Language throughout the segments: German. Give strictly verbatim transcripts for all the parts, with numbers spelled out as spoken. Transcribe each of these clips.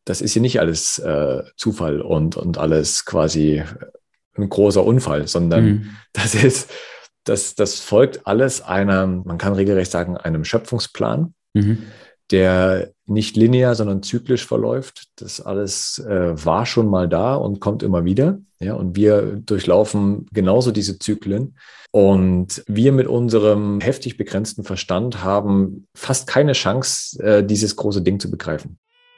das ist hier nicht alles äh, Zufall und, und alles quasi ein großer Unfall, sondern mhm. das ist, das, das folgt alles einem, man kann regelrecht sagen, einem Schöpfungsplan, mhm. der nicht linear, sondern zyklisch verläuft. Das alles äh, war schon mal da und kommt immer wieder. Ja, und wir durchlaufen genauso diese Zyklen. Und wir mit unserem heftig begrenzten Verstand haben fast keine Chance, äh, dieses große Ding zu begreifen.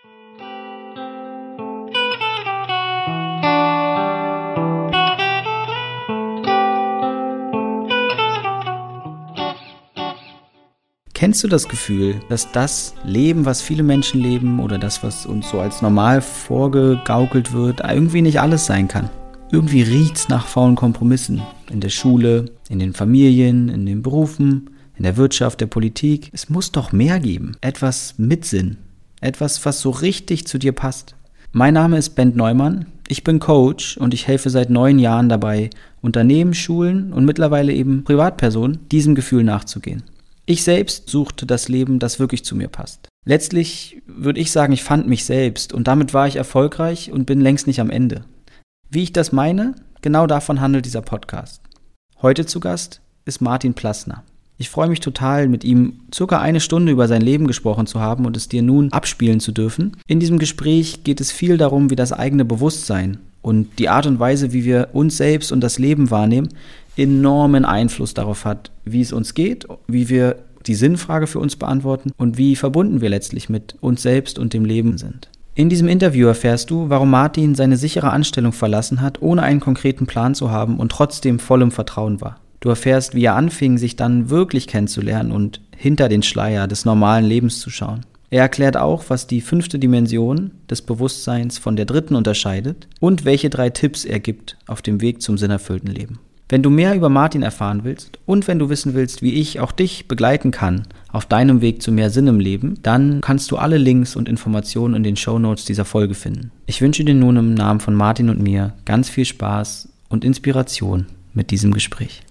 Kennst du das Gefühl, dass das Leben, was viele Menschen leben oder das, was uns so als normal vorgegaukelt wird, irgendwie nicht alles sein kann? Irgendwie riecht's nach faulen Kompromissen. In der Schule, in den Familien, in den Berufen, in der Wirtschaft, der Politik. Es muss doch mehr geben. Etwas mit Sinn. Etwas, was so richtig zu dir passt. Mein Name ist Bent Neumann. Ich bin Coach und ich helfe seit neun Jahren dabei, Unternehmen, Schulen und mittlerweile eben Privatpersonen, diesem Gefühl nachzugehen. Ich selbst suchte das Leben, das wirklich zu mir passt. Letztlich würde ich sagen, ich fand mich selbst und damit war ich erfolgreich und bin längst nicht am Ende. Wie ich das meine, genau davon handelt dieser Podcast. Heute zu Gast ist Martin Plassner. Ich freue mich total, mit ihm circa eine Stunde über sein Leben gesprochen zu haben und es dir nun abspielen zu dürfen. In diesem Gespräch geht es viel darum, wie das eigene Bewusstsein und die Art und Weise, wie wir uns selbst und das Leben wahrnehmen, enormen Einfluss darauf hat, wie es uns geht, wie wir die Sinnfrage für uns beantworten und wie verbunden wir letztlich mit uns selbst und dem Leben sind. In diesem Interview erfährst du, warum Martin seine sichere Anstellung verlassen hat, ohne einen konkreten Plan zu haben und trotzdem voll im Vertrauen war. Du erfährst, wie er anfing, sich dann wirklich kennenzulernen und hinter den Schleier des normalen Lebens zu schauen. Er erklärt auch, was die fünfte Dimension des Bewusstseins von der dritten unterscheidet und welche drei Tipps er gibt auf dem Weg zum sinnerfüllten Leben. Wenn du mehr über Martin erfahren willst und wenn du wissen willst, wie ich auch dich begleiten kann auf deinem Weg zu mehr Sinn im Leben, dann kannst du alle Links und Informationen in den Shownotes dieser Folge finden. Ich wünsche dir nun im Namen von Martin und mir ganz viel Spaß und Inspiration mit diesem Gespräch.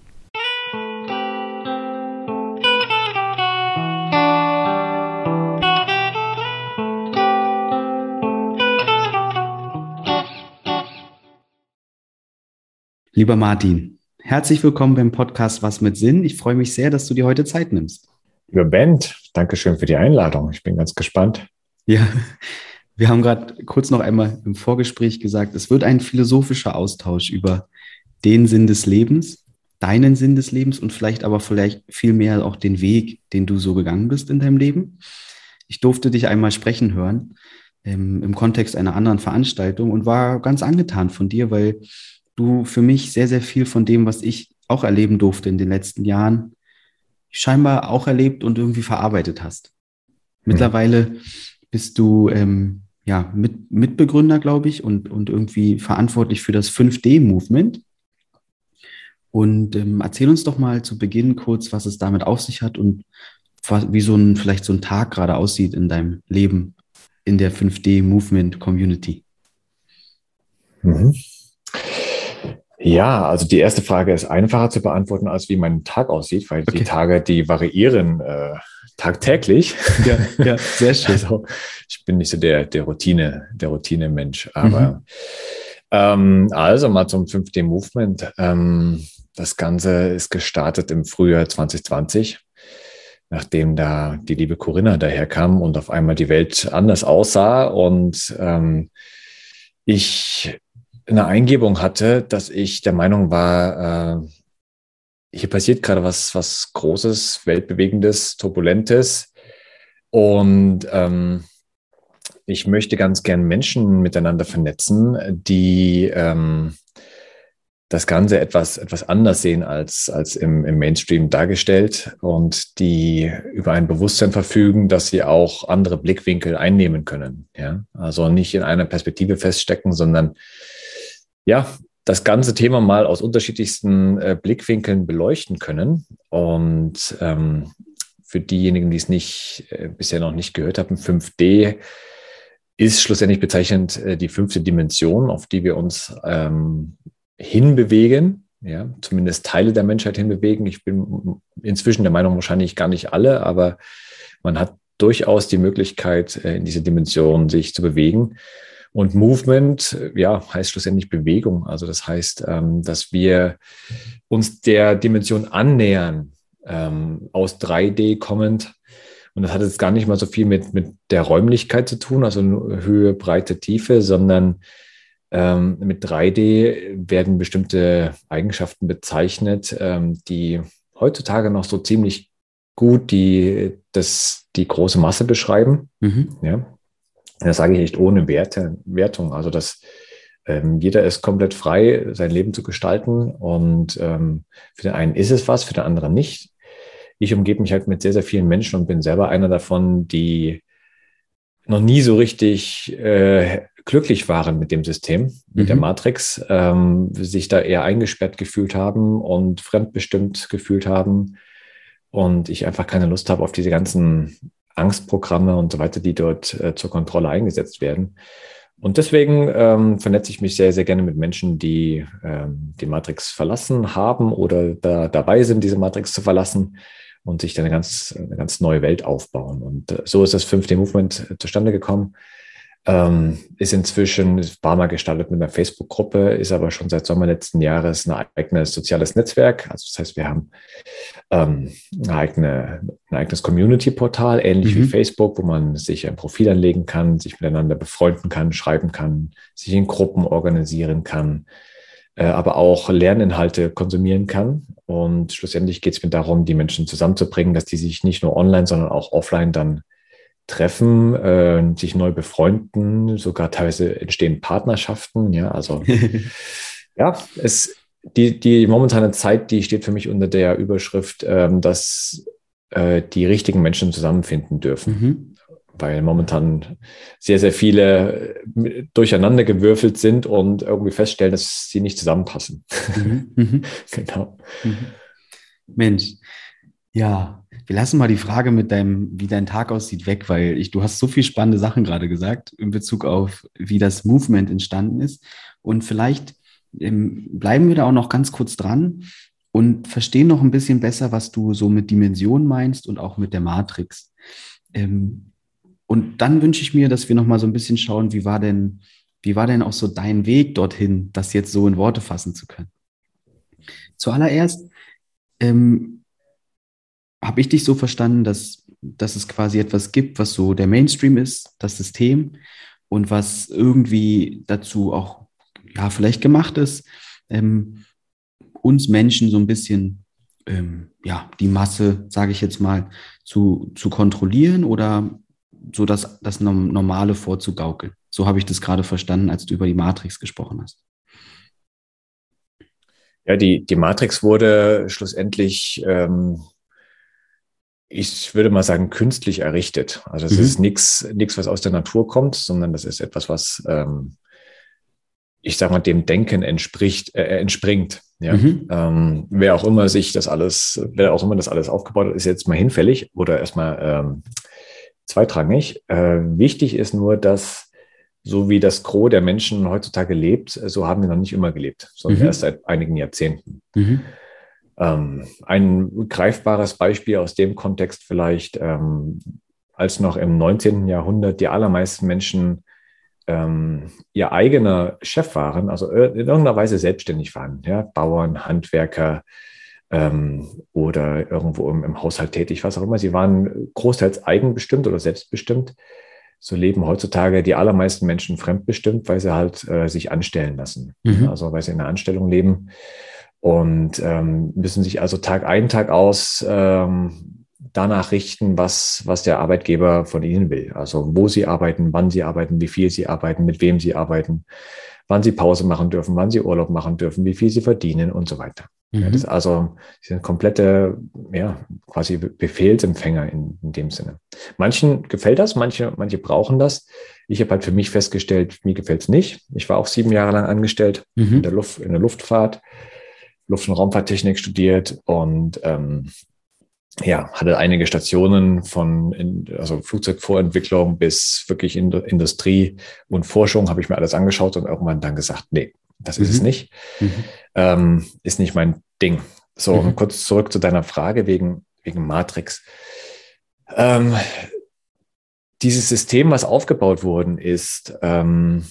Lieber Martin, herzlich willkommen beim Podcast Was mit Sinn. Ich freue mich sehr, dass du dir heute Zeit nimmst. Lieber Bent, danke schön für die Einladung. Ich bin ganz gespannt. Ja, wir haben gerade kurz noch einmal im Vorgespräch gesagt, es wird ein philosophischer Austausch über den Sinn des Lebens, deinen Sinn des Lebens und vielleicht aber vielleicht viel mehr auch den Weg, den du so gegangen bist in deinem Leben. Ich durfte dich einmal sprechen hören ähm, im Kontext einer anderen Veranstaltung und war ganz angetan von dir, weil du für mich sehr, sehr viel von dem, was ich auch erleben durfte in den letzten Jahren, scheinbar auch erlebt und irgendwie verarbeitet hast. Mittlerweile bist du ähm, ja, mit, Mitbegründer, glaube ich, und, und irgendwie verantwortlich für das fünf D Movement. Und ähm, erzähl uns doch mal zu Beginn kurz, was es damit auf sich hat und was, wie so ein, vielleicht so ein Tag gerade aussieht in deinem Leben in der fünf D Movement Community. Mhm. Ja, also die erste Frage ist einfacher zu beantworten, als wie mein Tag aussieht, weil okay. Die Tage, die variieren äh, tagtäglich. Ja, ja, sehr schön. Also ich bin nicht so der, der Routine, der Routine-Mensch. Aber mhm. ähm, also mal zum fünf D Movement. Ähm, das Ganze ist gestartet im Frühjahr zwanzig zwanzig, nachdem da die liebe Corinna daherkam und auf einmal die Welt anders aussah und ähm, ich eine Eingebung hatte, dass ich der Meinung war, äh, hier passiert gerade was, was Großes, Weltbewegendes, Turbulentes und ähm, ich möchte ganz gern Menschen miteinander vernetzen, die ähm, das Ganze etwas, etwas anders sehen als, als im, im Mainstream dargestellt und die über ein Bewusstsein verfügen, dass sie auch andere Blickwinkel einnehmen können. Ja? Also nicht in einer Perspektive feststecken, sondern ja, das ganze Thema mal aus unterschiedlichsten äh, Blickwinkeln beleuchten können. Und ähm, für diejenigen, die es nicht äh, bisher noch nicht gehört haben, fünf D ist schlussendlich bezeichnend äh, die fünfte Dimension, auf die wir uns ähm, hinbewegen, ja, zumindest Teile der Menschheit hinbewegen. Ich bin inzwischen der Meinung, wahrscheinlich gar nicht alle, aber man hat durchaus die Möglichkeit, in diese Dimension sich zu bewegen. Und Movement, ja, heißt schlussendlich Bewegung. Also das heißt, dass wir uns der Dimension annähern, aus drei D kommend. Und das hat jetzt gar nicht mal so viel mit, mit der Räumlichkeit zu tun, also Höhe, Breite, Tiefe, sondern ähm, mit drei D werden bestimmte Eigenschaften bezeichnet, ähm, die heutzutage noch so ziemlich gut die, das, die große Masse beschreiben. Mhm. Ja. Das sage ich echt ohne Werte, Wertung. Also, dass ähm, jeder ist komplett frei, sein Leben zu gestalten. Und ähm, für den einen ist es was, für den anderen nicht. Ich umgebe mich halt mit sehr, sehr vielen Menschen und bin selber einer davon, die noch nie so richtig äh, glücklich waren mit dem System, mit mhm. der Matrix, ähm, sich da eher eingesperrt gefühlt haben und fremdbestimmt gefühlt haben. Und ich einfach keine Lust habe auf diese ganzen Angstprogramme und so weiter, die dort äh, zur Kontrolle eingesetzt werden. Und deswegen ähm, vernetze ich mich sehr, sehr gerne mit Menschen, die ähm, die Matrix verlassen haben oder da dabei sind, diese Matrix zu verlassen und sich dann eine ganz, eine ganz neue Welt aufbauen. Und äh, so ist das fünf D Movement äh, zustande gekommen. Ähm, ist inzwischen, ist war mal gestartet mit einer Facebook-Gruppe, ist aber schon seit Sommer letzten Jahres ein eigenes soziales Netzwerk. Also das heißt, wir haben ähm, eine eigene, ein eigenes Community-Portal, ähnlich mhm. wie Facebook, wo man sich ein Profil anlegen kann, sich miteinander befreunden kann, schreiben kann, sich in Gruppen organisieren kann, äh, aber auch Lerninhalte konsumieren kann. Und schlussendlich geht es mir darum, die Menschen zusammenzubringen, dass die sich nicht nur online, sondern auch offline dann treffen, äh, sich neu befreunden, sogar teilweise entstehen Partnerschaften. Ja, also ja, es die, die momentane Zeit, die steht für mich unter der Überschrift, ähm, dass äh, die richtigen Menschen zusammenfinden dürfen. Mhm. Weil momentan sehr, sehr viele durcheinander gewürfelt sind und irgendwie feststellen, dass sie nicht zusammenpassen. Mhm. Mhm. Genau. Mhm. Mensch, ja, wir lassen mal die Frage mit deinem, wie dein Tag aussieht, weg, weil ich, du hast so viele spannende Sachen gerade gesagt in Bezug auf, wie das Movement entstanden ist. Und vielleicht ähm, bleiben wir da auch noch ganz kurz dran und verstehen noch ein bisschen besser, was du so mit Dimension meinst und auch mit der Matrix. Ähm, und dann wünsche ich mir, dass wir noch mal so ein bisschen schauen, wie war denn, wie war denn auch so dein Weg dorthin, das jetzt so in Worte fassen zu können. Zuallererst, ähm, habe ich dich so verstanden, dass, dass es quasi etwas gibt, was so der Mainstream ist, das System, und was irgendwie dazu auch, ja, vielleicht gemacht ist, ähm, uns Menschen so ein bisschen, ähm, ja, die Masse, sage ich jetzt mal, zu, zu kontrollieren oder so das, das Normale vorzugaukeln. So habe ich das gerade verstanden, als du über die Matrix gesprochen hast. Ja, die, die Matrix wurde schlussendlich ähm ich würde mal sagen, künstlich errichtet. Also es mhm. ist nichts, nichts, was aus der Natur kommt, sondern das ist etwas, was, ähm, ich sage mal, dem Denken entspricht, äh, entspringt. Ja? Mhm. Ähm, wer auch immer sich das alles, wer auch immer das alles aufgebaut hat, ist jetzt mal hinfällig oder erstmal ähm, zweitrangig. Äh, wichtig ist nur, dass so wie das Gros der Menschen heutzutage lebt, so haben wir noch nicht immer gelebt, sondern mhm. erst seit einigen Jahrzehnten. Mhm. Ähm, ein greifbares Beispiel aus dem Kontext vielleicht, ähm, als noch im neunzehnten Jahrhundert die allermeisten Menschen ähm, ihr eigener Chef waren, also in irgendeiner Weise selbstständig waren, ja? Bauern, Handwerker ähm, oder irgendwo im, im Haushalt tätig, was auch immer. Sie waren großteils eigenbestimmt oder selbstbestimmt. So leben heutzutage die allermeisten Menschen fremdbestimmt, weil sie halt äh, sich anstellen lassen, mhm. also weil sie in einer Anstellung leben. Und ähm, müssen sich also Tag ein, Tag aus ähm, danach richten, was, was der Arbeitgeber von ihnen will. Also wo sie arbeiten, wann sie arbeiten, wie viel sie arbeiten, mit wem sie arbeiten, wann sie Pause machen dürfen, wann sie Urlaub machen dürfen, wie viel sie verdienen und so weiter. Mhm. Ja, das also sie sind komplette, ja, quasi Befehlsempfänger in, in dem Sinne. Manchen gefällt das, manche, manche brauchen das. Ich habe halt für mich festgestellt, mir gefällt es nicht. Ich war auch sieben Jahre lang angestellt mhm. in der Luft, in der Luftfahrt. Luft- und Raumfahrttechnik studiert und ähm, ja, hatte einige Stationen von in, also Flugzeugvorentwicklung bis wirklich in Industrie und Forschung, habe ich mir alles angeschaut und irgendwann dann gesagt, nee, das ist mhm. es nicht. Mhm. Ähm, ist nicht mein Ding. So, mhm. und kurz zurück zu deiner Frage wegen, wegen Matrix. Ähm, dieses System, was aufgebaut worden ist, ähm,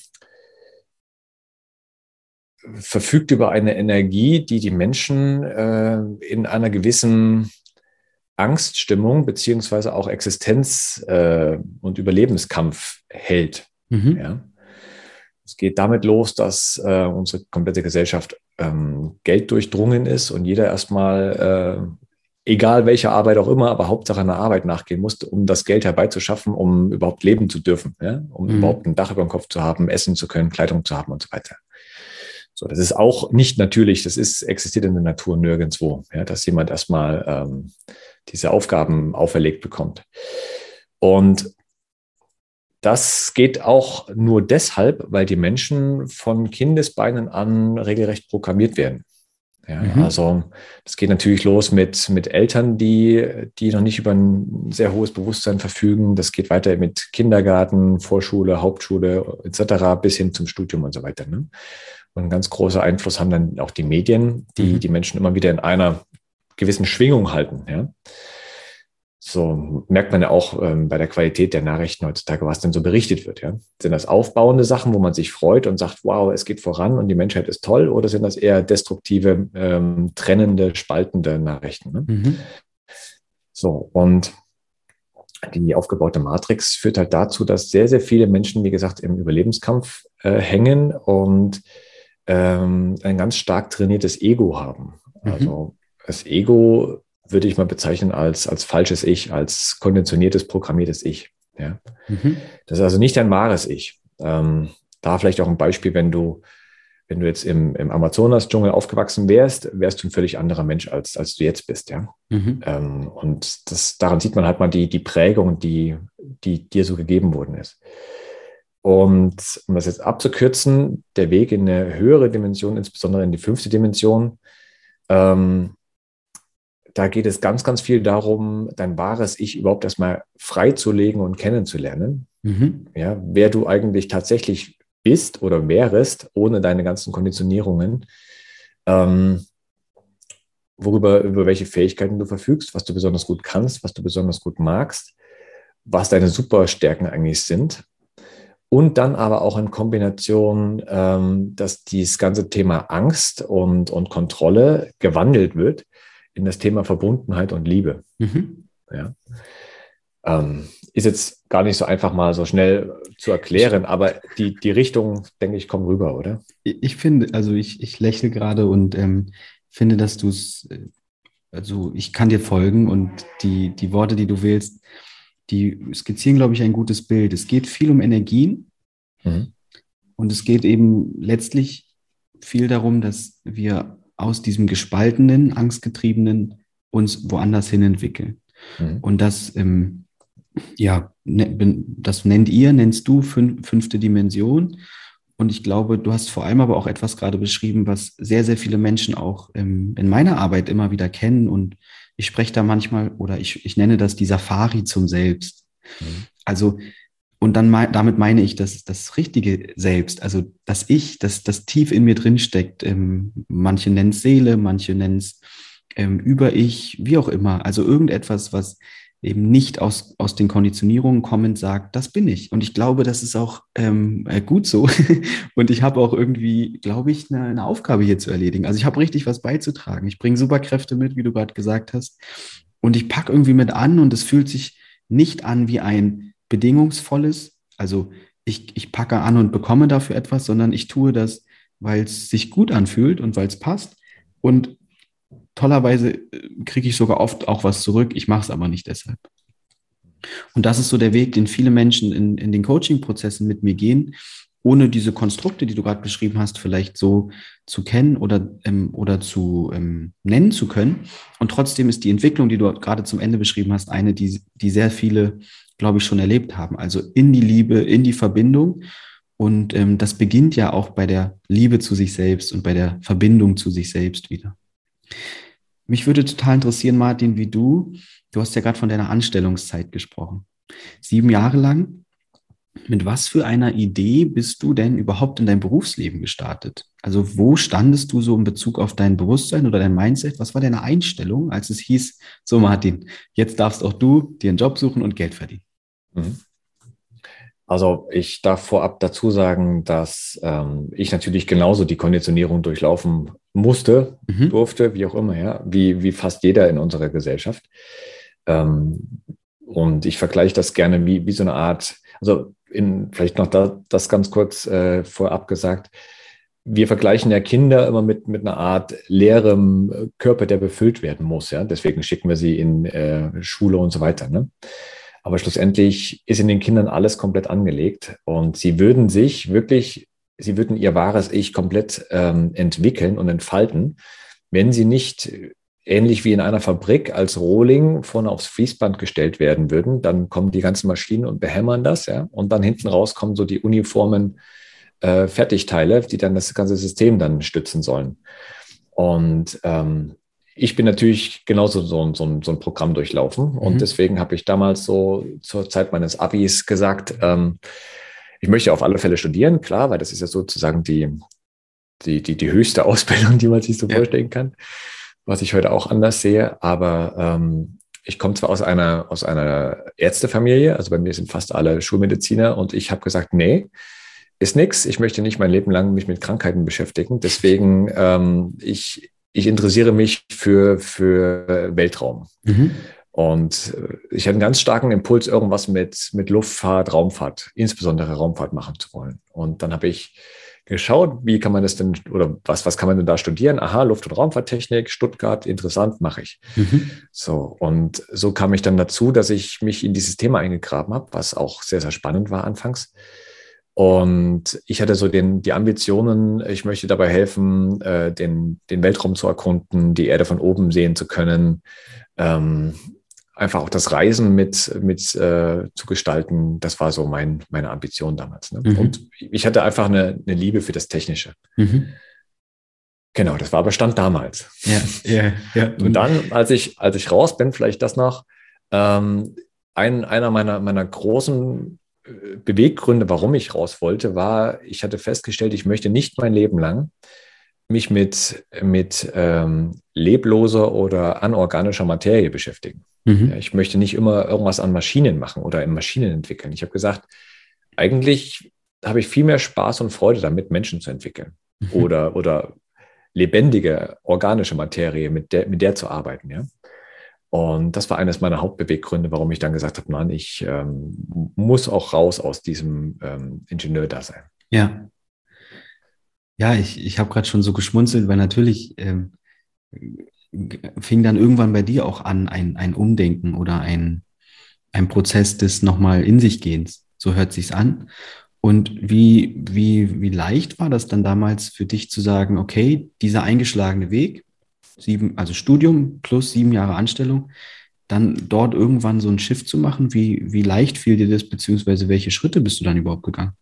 verfügt über eine Energie, die die Menschen äh, in einer gewissen Angststimmung beziehungsweise auch Existenz- äh, und Überlebenskampf hält. Mhm. Ja. Es geht damit los, dass äh, unsere komplette Gesellschaft ähm, Geld durchdrungen ist und jeder erstmal, äh, egal welche Arbeit auch immer, aber Hauptsache einer Arbeit nachgehen musste, um das Geld herbeizuschaffen, um überhaupt leben zu dürfen, ja? Um Mhm. überhaupt ein Dach über dem Kopf zu haben, essen zu können, Kleidung zu haben und so weiter. So, das ist auch nicht natürlich, das ist, existiert in der Natur nirgendwo, ja, dass jemand erstmal ähm, diese Aufgaben auferlegt bekommt. Und das geht auch nur deshalb, weil die Menschen von Kindesbeinen an regelrecht programmiert werden. Ja, Mhm. also das geht natürlich los mit, mit Eltern, die, die noch nicht über ein sehr hohes Bewusstsein verfügen. Das geht weiter mit Kindergarten, Vorschule, Hauptschule et cetera bis hin zum Studium und so weiter. Ne? Und einen ganz großen Einfluss haben dann auch die Medien, die Mhm. die Menschen immer wieder in einer gewissen Schwingung halten. Ja? So merkt man ja auch ähm, bei der Qualität der Nachrichten heutzutage, was denn so berichtet wird. Ja? Sind das aufbauende Sachen, wo man sich freut und sagt, wow, es geht voran und die Menschheit ist toll, oder sind das eher destruktive, ähm, trennende, spaltende Nachrichten? Ne? Mhm. So, und die aufgebaute Matrix führt halt dazu, dass sehr, sehr viele Menschen, wie gesagt, im Überlebenskampf äh, hängen und ähm, ein ganz stark trainiertes Ego haben. Mhm. Also das Ego würde ich mal bezeichnen als, als falsches Ich, als konditioniertes, programmiertes Ich. Ja? Mhm. Das ist also nicht ein wahres Ich. Ähm, da vielleicht auch ein Beispiel, wenn du, wenn du jetzt im, im Amazonas-Dschungel aufgewachsen wärst, wärst du ein völlig anderer Mensch, als, als du jetzt bist. Ja? Mhm. Ähm, und das, daran sieht man halt mal die, die Prägung, die, die dir so gegeben worden ist. Und um das jetzt abzukürzen, der Weg in eine höhere Dimension, insbesondere in die fünfte Dimension, ähm, da geht es ganz, ganz viel darum, dein wahres Ich überhaupt erstmal freizulegen und kennenzulernen. Mhm. Ja, wer du eigentlich tatsächlich bist oder wärest, ohne deine ganzen Konditionierungen, ähm, worüber, über welche Fähigkeiten du verfügst, was du besonders gut kannst, was du besonders gut magst, was deine Superstärken eigentlich sind. Und dann aber auch in Kombination, ähm, dass dieses ganze Thema Angst und, und Kontrolle gewandelt wird in das Thema Verbundenheit und Liebe. Mhm. Ja. Ähm, ist jetzt gar nicht so einfach mal so schnell zu erklären, aber die, die Richtung, denke ich, kommt rüber, oder? Ich finde, also ich, ich lächle gerade und ähm, finde, dass du es, also ich kann dir folgen und die, die Worte, die du wählst, die skizzieren, glaube ich, ein gutes Bild. Es geht viel um Energien Mhm. und es geht eben letztlich viel darum, dass wir aus diesem gespaltenen, angstgetriebenen uns woanders hin entwickeln. Mhm. Und das, ähm, ja, ne, das nennt ihr, nennst du fün- fünfte Dimension. Und ich glaube, du hast vor allem aber auch etwas gerade beschrieben, was sehr, sehr viele Menschen auch ähm, in meiner Arbeit immer wieder kennen. Und ich spreche da manchmal, oder ich, ich nenne das die Safari zum Selbst. Mhm. Also, und dann mei- damit meine ich das, das richtige Selbst, also das Ich, das, das tief in mir drin steckt. Ähm, manche nennen es Seele, manche nennen es ähm, Über-Ich, wie auch immer. Also irgendetwas, was eben nicht aus, aus den Konditionierungen kommend sagt, das bin ich. Und ich glaube, das ist auch ähm, äh, gut so. Und ich habe auch irgendwie, glaube ich, eine, eine Aufgabe hier zu erledigen. Also ich habe richtig was beizutragen. Ich bringe Superkräfte mit, wie du gerade gesagt hast. Und ich packe irgendwie mit an und es fühlt sich nicht an wie ein bedingungsvolles, also ich, ich packe an und bekomme dafür etwas, sondern ich tue das, weil es sich gut anfühlt und weil es passt. Und tollerweise kriege ich sogar oft auch was zurück. Ich mache es aber nicht deshalb. Und das ist so der Weg, den viele Menschen in, in den Coaching-Prozessen mit mir gehen, ohne diese Konstrukte, die du gerade beschrieben hast, vielleicht so zu kennen oder, ähm, oder zu ähm, nennen zu können. Und trotzdem ist die Entwicklung, die du gerade zum Ende beschrieben hast, eine, die, die sehr viele, glaube ich, schon erlebt haben. Also in die Liebe, in die Verbindung. Und ähm, das beginnt ja auch bei der Liebe zu sich selbst und bei der Verbindung zu sich selbst wieder. Mich würde total interessieren, Martin, wie du, du hast ja gerade von deiner Anstellungszeit gesprochen. Sieben Jahre lang. Mit was für einer Idee bist du denn überhaupt in dein Berufsleben gestartet? Also wo standest du so in Bezug auf dein Bewusstsein oder dein Mindset? Was war deine Einstellung, als es hieß, so Martin, jetzt darfst auch du dir einen Job suchen und Geld verdienen? Mhm. Also ich darf vorab dazu sagen, dass ähm, ich natürlich genauso die Konditionierung durchlaufen musste, Mhm. durfte, wie auch immer, ja, wie, wie fast jeder in unserer Gesellschaft. Ähm, und ich vergleiche das gerne wie, wie so eine Art, also in, vielleicht noch da, das ganz kurz äh, vorab gesagt. Wir vergleichen ja Kinder immer mit, mit einer Art leerem Körper, der befüllt werden muss. Ja? Deswegen schicken wir sie in äh, Schule und so weiter. Ne? Aber schlussendlich ist in den Kindern alles komplett angelegt und sie würden sich wirklich, sie würden ihr wahres Ich komplett ähm, entwickeln und entfalten, wenn sie nicht ähnlich wie in einer Fabrik als Rohling vorne aufs Fließband gestellt werden würden. Dann kommen die ganzen Maschinen und behämmern das, ja, und dann hinten raus kommen so die uniformen äh, Fertigteile, die dann das ganze System dann stützen sollen. Und ähm, ich bin natürlich genauso so, ein- so, ein, so ein Programm durchlaufen. Und Mhm. deswegen habe ich damals so zur Zeit meines Abis gesagt, ähm, ich möchte auf alle Fälle studieren, klar, weil das ist ja sozusagen die, die, die, die höchste Ausbildung, die man sich so Ja. vorstellen kann, was ich heute auch anders sehe. Aber ähm, ich komme zwar aus einer, aus einer Ärztefamilie, also bei mir sind fast alle Schulmediziner und ich habe gesagt, nee, ist nix. Ich möchte nicht mein Leben lang mich mit Krankheiten beschäftigen. Deswegen, ähm, ich, ich interessiere mich für, für Weltraum. Mhm. Und äh, ich hatte einen ganz starken Impuls, irgendwas mit, mit Luftfahrt, Raumfahrt, insbesondere Raumfahrt machen zu wollen. Und dann habe ich geschaut, wie kann man das denn, oder was, was kann man denn da studieren? Aha, Luft- und Raumfahrttechnik, Stuttgart, interessant, mache ich. Mhm. So, und so kam ich dann dazu, dass ich mich in dieses Thema eingegraben habe, was auch sehr, sehr spannend war anfangs. Und ich hatte so den, die Ambitionen, ich möchte dabei helfen, äh, den, den Weltraum zu erkunden, die Erde von oben sehen zu können, ähm, einfach auch das Reisen mit, mit äh, zu gestalten. Das war so mein, meine Ambition damals. Ne? Mhm. Und ich hatte einfach eine, eine Liebe für das Technische. Mhm. Genau, das war Bestand damals. Ja, ja, ja. Und dann, als ich, als ich raus bin, vielleicht das noch, ähm, ein, einer meiner, meiner großen äh, Beweggründe, warum ich raus wollte, war, ich hatte festgestellt, ich möchte nicht mein Leben lang mich mit, mit ähm, lebloser oder anorganischer Materie beschäftigen. Ja, Mhm. ich möchte nicht immer irgendwas an Maschinen machen oder in Maschinen entwickeln. Ich habe gesagt, eigentlich habe ich viel mehr Spaß und Freude damit, Menschen zu entwickeln Mhm. oder, oder lebendige, organische Materie, mit der, mit der zu arbeiten. Ja? Und das war eines meiner Hauptbeweggründe, warum ich dann gesagt habe, Mann, ich ähm, muss auch raus aus diesem ähm, Ingenieurdasein. Ja. Ja, ich, ich habe gerade schon so geschmunzelt, weil natürlich ähm, fing dann irgendwann bei dir auch an, ein, ein Umdenken oder ein, ein Prozess des nochmal in sich Gehens. So hört sich's an. Und wie, wie, wie leicht war das dann damals für dich zu sagen, okay, dieser eingeschlagene Weg, sieben, also Studium plus sieben Jahre Anstellung, dann dort irgendwann so ein Shift zu machen? Wie, wie leicht fiel dir das, beziehungsweise welche Schritte bist du dann überhaupt gegangen?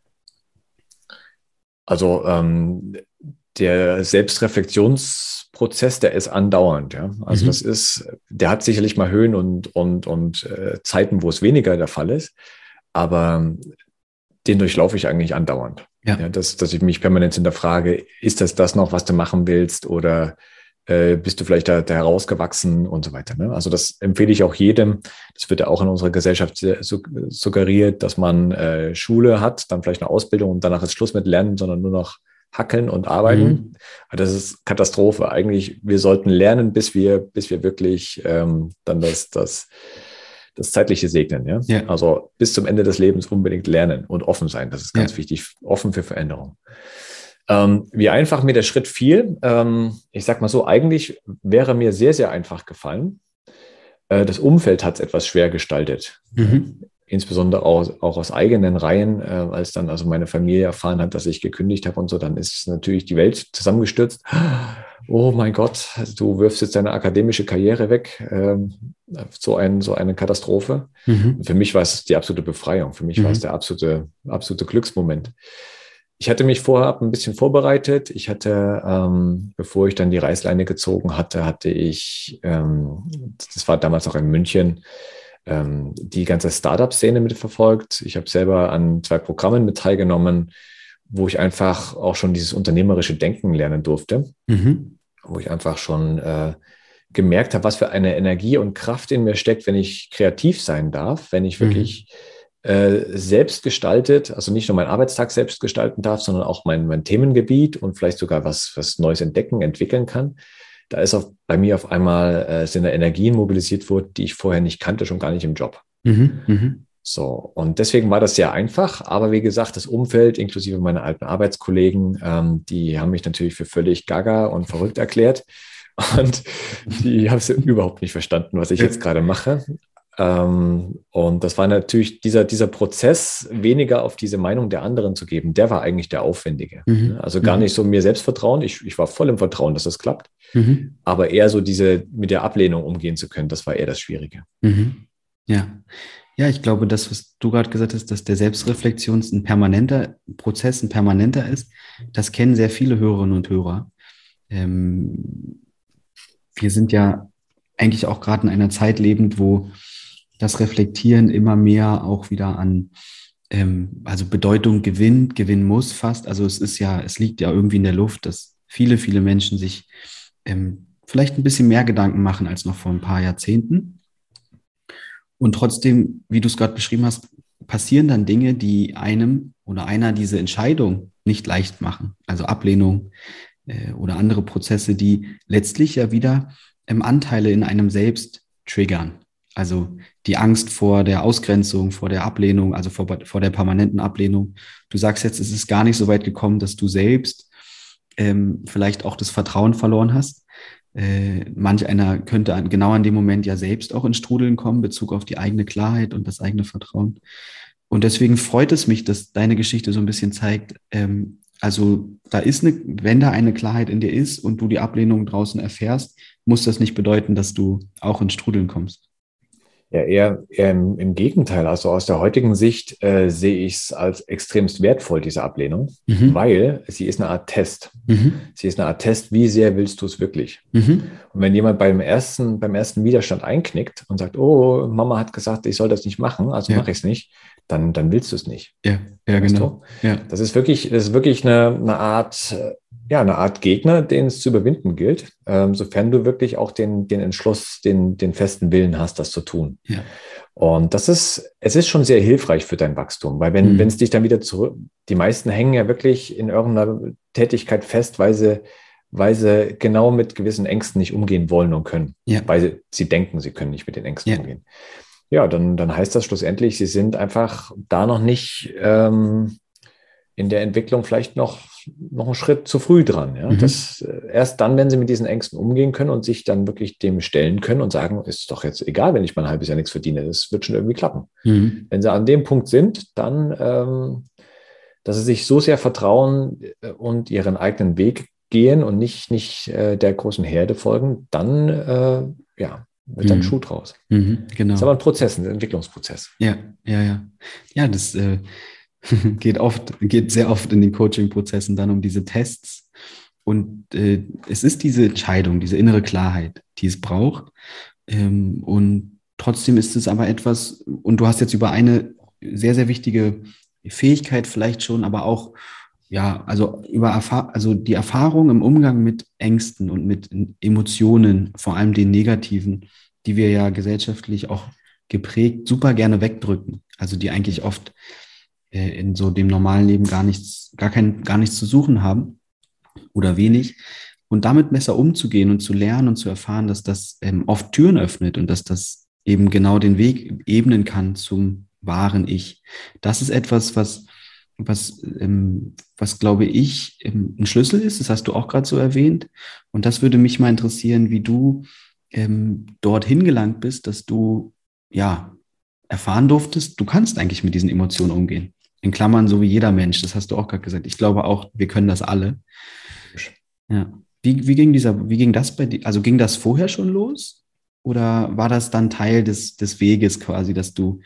Also ähm, der Selbstreflexionsprozess, der ist andauernd. Ja? Also das Mhm. ist, der hat sicherlich mal Höhen und, und, und äh, Zeiten, wo es weniger der Fall ist, aber den durchlaufe ich eigentlich andauernd. Ja. Ja, dass, dass ich mich permanent hinterfrage, ist das das noch, was du machen willst oder äh, bist du vielleicht da, da herausgewachsen und so weiter. Ne? Also das empfehle ich auch jedem. Das wird ja auch in unserer Gesellschaft sehr, su suggeriert, dass man äh, Schule hat, dann vielleicht eine Ausbildung und danach ist Schluss mit Lernen, sondern nur noch hackeln und arbeiten. Mhm. Aber das ist Katastrophe. Eigentlich, wir sollten lernen, bis wir, bis wir wirklich ähm, dann das, das das Zeitliche segnen, ja. Ja. Also bis zum Ende des Lebens unbedingt lernen und offen sein. Das ist ganz Ja. wichtig, offen für Veränderung. Ähm, wie einfach mir der Schritt fiel, ähm, ich sag mal so, eigentlich wäre mir sehr, sehr einfach gefallen. Äh, das Umfeld hat es etwas schwer gestaltet. Ja. Mhm. Insbesondere auch, auch aus eigenen Reihen, äh, als dann also meine Familie erfahren hat, dass ich gekündigt habe und so, dann ist natürlich die Welt zusammengestürzt. Oh mein Gott, du wirfst jetzt deine akademische Karriere weg. Ähm, so, ein, so eine Katastrophe. Mhm. Und für mich war es die absolute Befreiung. Für mich Mhm. war es der absolute, absolute Glücksmoment. Ich hatte mich vorher ein bisschen vorbereitet. Ich hatte, ähm, bevor ich dann die Reißleine gezogen hatte, hatte ich, ähm, das war damals auch in München, ähm, die ganze Startup-Szene mitverfolgt. Ich habe selber an zwei Programmen mit teilgenommen, wo ich einfach auch schon dieses unternehmerische Denken lernen durfte, Mhm. wo ich einfach schon äh, gemerkt habe, was für eine Energie und Kraft in mir steckt, wenn ich kreativ sein darf, wenn ich Mhm. wirklich äh, selbst gestaltet, also nicht nur meinen Arbeitstag selbst gestalten darf, sondern auch mein, mein Themengebiet und vielleicht sogar was, was Neues entdecken, entwickeln kann. Da ist auf, bei mir auf einmal äh, sind da Energien mobilisiert worden, die ich vorher nicht kannte, schon gar nicht im Job. Mhm. Mhm. So, und deswegen war das sehr einfach, aber wie gesagt, das Umfeld, inklusive meiner alten Arbeitskollegen, ähm, die haben mich natürlich für völlig gaga und verrückt erklärt und die haben es überhaupt nicht verstanden, was ich jetzt gerade mache. Ähm, und das war natürlich dieser, dieser Prozess, weniger auf diese Meinung der anderen zu geben, der war eigentlich der aufwendige. Mhm. Also gar Mhm. nicht so mir selbst vertrauen, ich, ich war voll im Vertrauen, dass das klappt, Mhm. aber eher so diese mit der Ablehnung umgehen zu können, das war eher das Schwierige. Mhm. Ja. Ja, ich glaube, das, was du gerade gesagt hast, dass der Selbstreflexion ein permanenter Prozess, ein permanenter ist, das kennen sehr viele Hörerinnen und Hörer. Ähm, wir sind ja eigentlich auch gerade in einer Zeit lebend, wo das Reflektieren immer mehr auch wieder an, ähm, also Bedeutung gewinnt, gewinnen muss fast. Also es ist ja, es liegt ja irgendwie in der Luft, dass viele, viele Menschen sich ähm, vielleicht ein bisschen mehr Gedanken machen als noch vor ein paar Jahrzehnten. Und trotzdem, wie du es gerade beschrieben hast, passieren dann Dinge, die einem oder einer diese Entscheidung nicht leicht machen. Also Ablehnung äh, oder andere Prozesse, die letztlich ja wieder ähm, Anteile in einem selbst triggern. Also die Angst vor der Ausgrenzung, vor der Ablehnung, also vor, vor der permanenten Ablehnung. Du sagst jetzt, es ist gar nicht so weit gekommen, dass du selbst ähm, vielleicht auch das Vertrauen verloren hast. Äh, manch einer könnte an, genau an dem Moment ja selbst auch in Strudeln kommen, in Bezug auf die eigene Klarheit und das eigene Vertrauen. Und deswegen freut es mich, dass deine Geschichte so ein bisschen zeigt, ähm, also da ist eine, wenn da eine Klarheit in dir ist und du die Ablehnung draußen erfährst, muss das nicht bedeuten, dass du auch in Strudeln kommst. Ja, eher, eher im, im Gegenteil. Also aus der heutigen Sicht äh, sehe ich es als extremst wertvoll, diese Ablehnung, Mhm. weil sie ist eine Art Test. Mhm. Sie ist eine Art Test, wie sehr willst du es wirklich? Mhm. Und wenn jemand beim ersten, beim ersten Widerstand einknickt und sagt, oh, Mama hat gesagt, ich soll das nicht machen, also Ja. mache ich es nicht, dann, dann willst du es nicht. Ja, ja, Weißt genau. du? Ja. Das ist wirklich, das ist wirklich eine, eine Art, äh, ja, eine Art Gegner, den es zu überwinden gilt, ähm, sofern du wirklich auch den, den Entschluss, den, den festen Willen hast, das zu tun. Ja. Und das ist, es ist schon sehr hilfreich für dein Wachstum, weil wenn, Mhm. wenn es dich dann wieder zurück, die meisten hängen ja wirklich in irgendeiner Tätigkeit fest, weil sie, weil sie genau mit gewissen Ängsten nicht umgehen wollen und können, Ja. weil sie, sie denken, sie können nicht mit den Ängsten Ja. umgehen. Ja, dann, dann heißt das schlussendlich, sie sind einfach da noch nicht ähm, in der Entwicklung vielleicht noch, noch einen Schritt zu früh dran. Ja? Mhm. Das, äh, erst dann, wenn sie mit diesen Ängsten umgehen können und sich dann wirklich dem stellen können und sagen, ist doch jetzt egal, wenn ich mal ein halbes Jahr nichts verdiene, das wird schon irgendwie klappen. Mhm. Wenn sie an dem Punkt sind, dann, ähm, dass sie sich so sehr vertrauen und ihren eigenen Weg gehen und nicht, nicht äh, der großen Herde folgen, dann äh, ja, wird dann Mhm. Schuh draus. Mhm. Genau. Das ist aber ein Prozess, ein Entwicklungsprozess. Ja, ja, ja. Ja, das äh, geht oft, geht sehr oft in den Coaching-Prozessen dann um diese Tests. Und äh, es ist diese Entscheidung, diese innere Klarheit, die es braucht. Ähm, und trotzdem ist es aber etwas, und du hast jetzt über eine sehr, sehr wichtige Fähigkeit vielleicht schon, aber auch, ja, also über Erfahr also die Erfahrung im Umgang mit Ängsten und mit Emotionen, vor allem den negativen, die wir ja gesellschaftlich auch geprägt super gerne wegdrücken. Also die eigentlich oft äh, in so dem normalen Leben gar nichts, gar kein, gar nichts zu suchen haben oder wenig. Und damit besser umzugehen und zu lernen und zu erfahren, dass das ähm, oft Türen öffnet und dass das eben genau den Weg ebnen kann zum wahren Ich. Das ist etwas, was, was, ähm, was glaube ich, ähm, ein Schlüssel ist. Das hast du auch gerade so erwähnt. Und das würde mich mal interessieren, wie du ähm, dorthin gelangt bist, dass du ja erfahren durftest, du kannst eigentlich mit diesen Emotionen umgehen. In Klammern, so wie jeder Mensch, das hast du auch gerade gesagt. Ich glaube auch, wir können das alle. Ja. Wie, wie ging dieser, wie ging das bei dir? Also ging das vorher schon los? Oder war das dann Teil des, des Weges quasi, dass du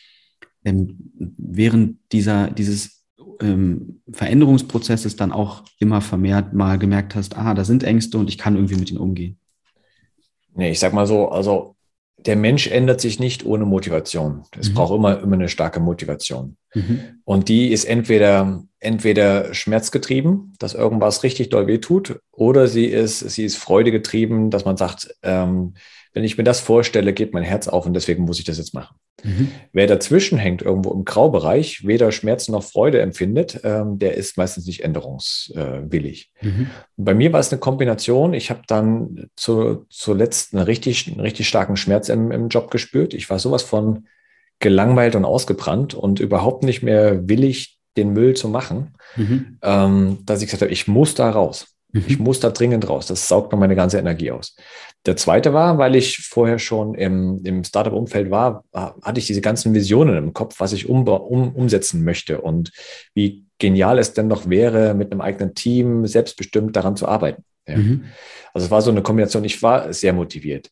ähm, während dieser, dieses ähm, Veränderungsprozesses dann auch immer vermehrt mal gemerkt hast, ah, da sind Ängste und ich kann irgendwie mit ihnen umgehen? Nee, ich sag mal so, also der Mensch ändert sich nicht ohne Motivation. Es Mhm. braucht immer, immer eine starke Motivation. Mhm. Und die ist entweder, entweder schmerzgetrieben, dass irgendwas richtig doll wehtut, oder sie ist, sie ist freudegetrieben, dass man sagt, ähm, wenn ich mir das vorstelle, geht mein Herz auf und deswegen muss ich das jetzt machen. Mhm. Wer dazwischen hängt, irgendwo im Graubereich, weder Schmerz noch Freude empfindet, ähm, der ist meistens nicht änderungswillig. Mhm. Bei mir war es eine Kombination. Ich habe dann zu, zuletzt einen richtig, einen richtig starken Schmerz im, im Job gespürt. Ich war sowas von gelangweilt und ausgebrannt und überhaupt nicht mehr willig, den Müll zu machen, Mhm. ähm, dass ich gesagt habe, ich muss da raus. Mhm. Ich muss da dringend raus. Das saugt mir meine ganze Energie aus. Der zweite war, weil ich vorher schon im, im Startup-Umfeld war, hatte ich diese ganzen Visionen im Kopf, was ich um, um, umsetzen möchte und wie genial es denn noch wäre, mit einem eigenen Team selbstbestimmt daran zu arbeiten. Ja. Mhm. Also es war so eine Kombination. Ich war sehr motiviert.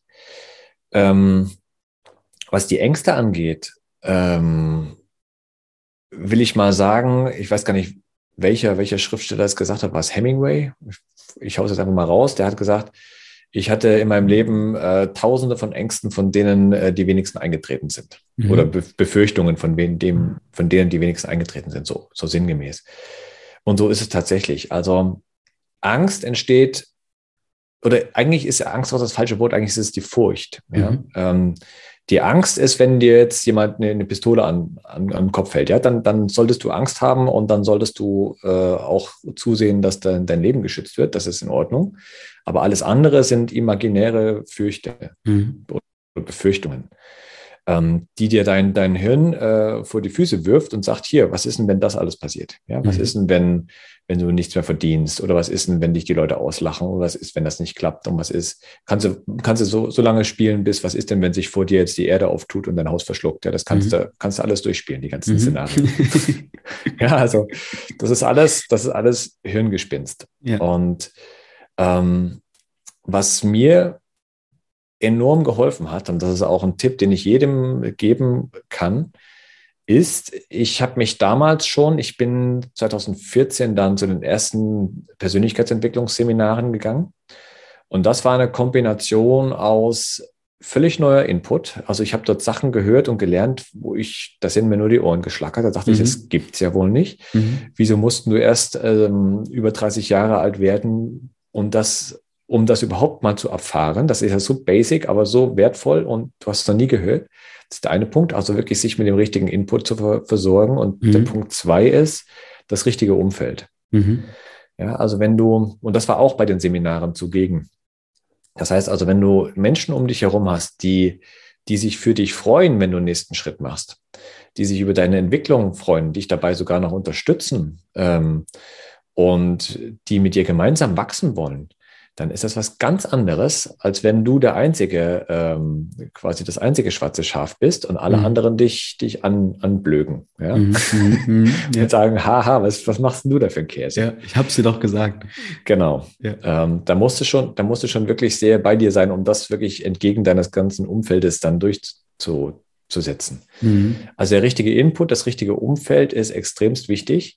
Ähm, was die Ängste angeht, ähm, will ich mal sagen, ich weiß gar nicht, welcher, welcher Schriftsteller es gesagt hat, war es Hemingway? Ich, ich hau es jetzt einfach mal raus. Der hat gesagt, ich hatte in meinem Leben äh, tausende von Ängsten, von denen äh, die wenigsten eingetreten sind. Mhm. Oder Be- Befürchtungen, von, wen, dem, von denen die wenigsten eingetreten sind, so, so sinngemäß. Und so ist es tatsächlich. Also Angst entsteht, oder eigentlich ist ja Angst auch das falsche Wort, eigentlich ist es die Furcht. Ja? Mhm. Ähm, die Angst ist, wenn dir jetzt jemand eine, eine Pistole an, an, an den Kopf hält, ja, dann, dann solltest du Angst haben und dann solltest du äh, auch zusehen, dass dein, dein Leben geschützt wird. Das ist in Ordnung. Aber alles andere sind imaginäre Fürchte mhm. oder Befürchtungen, ähm, die dir dein, dein Hirn äh, vor die Füße wirft und sagt, hier, was ist denn, wenn das alles passiert? Ja, was mhm. ist denn, wenn, wenn du nichts mehr verdienst? Oder was ist denn, wenn dich die Leute auslachen? Oder was ist, wenn das nicht klappt? Und was ist, kannst du, kannst du so, so lange spielen, bis, was ist denn, wenn sich vor dir jetzt die Erde auftut und dein Haus verschluckt? Ja, das kannst, mhm. du, kannst du alles durchspielen, die ganzen mhm. Szenarien. Ja, also das ist alles, das ist alles Hirngespinst. Ja. Und ähm, was mir enorm geholfen hat, und das ist auch ein Tipp, den ich jedem geben kann, ist, ich habe mich damals schon, ich bin zwanzig vierzehn dann zu den ersten Persönlichkeitsentwicklungsseminaren gegangen und das war eine Kombination aus völlig neuer Input. Also ich habe dort Sachen gehört und gelernt, wo ich, da sind mir nur die Ohren geschlackert, da dachte mhm. ich, das gibt es ja wohl nicht. Mhm. Wieso mussten du erst ähm, über dreißig Jahre alt werden, um das um das überhaupt mal zu erfahren? Das ist ja so basic, aber so wertvoll und du hast es noch nie gehört. Das ist der eine Punkt, also wirklich sich mit dem richtigen Input zu versorgen. Und mhm. der Punkt zwei ist das richtige Umfeld. Mhm. Ja, also wenn du, und das war auch bei den Seminaren zugegen. Das heißt also, wenn du Menschen um dich herum hast, die, die sich für dich freuen, wenn du den nächsten Schritt machst, die sich über deine Entwicklung freuen, dich dabei sogar noch unterstützen ähm, und die mit dir gemeinsam wachsen wollen, dann ist das was ganz anderes, als wenn du der einzige, ähm, quasi das einzige schwarze Schaf bist und alle mhm. anderen dich, dich an, anblöken. Ja? Mhm. Mhm. Ja. Und sagen, haha, was, was machst denn du da für einen Käse? Ja, ich hab's dir doch gesagt. Genau. Ja. Ähm, da musst du schon, da musst du schon wirklich sehr bei dir sein, um das wirklich entgegen deines ganzen Umfeldes dann durchzusetzen. Mhm. Also der richtige Input, das richtige Umfeld ist extremst wichtig.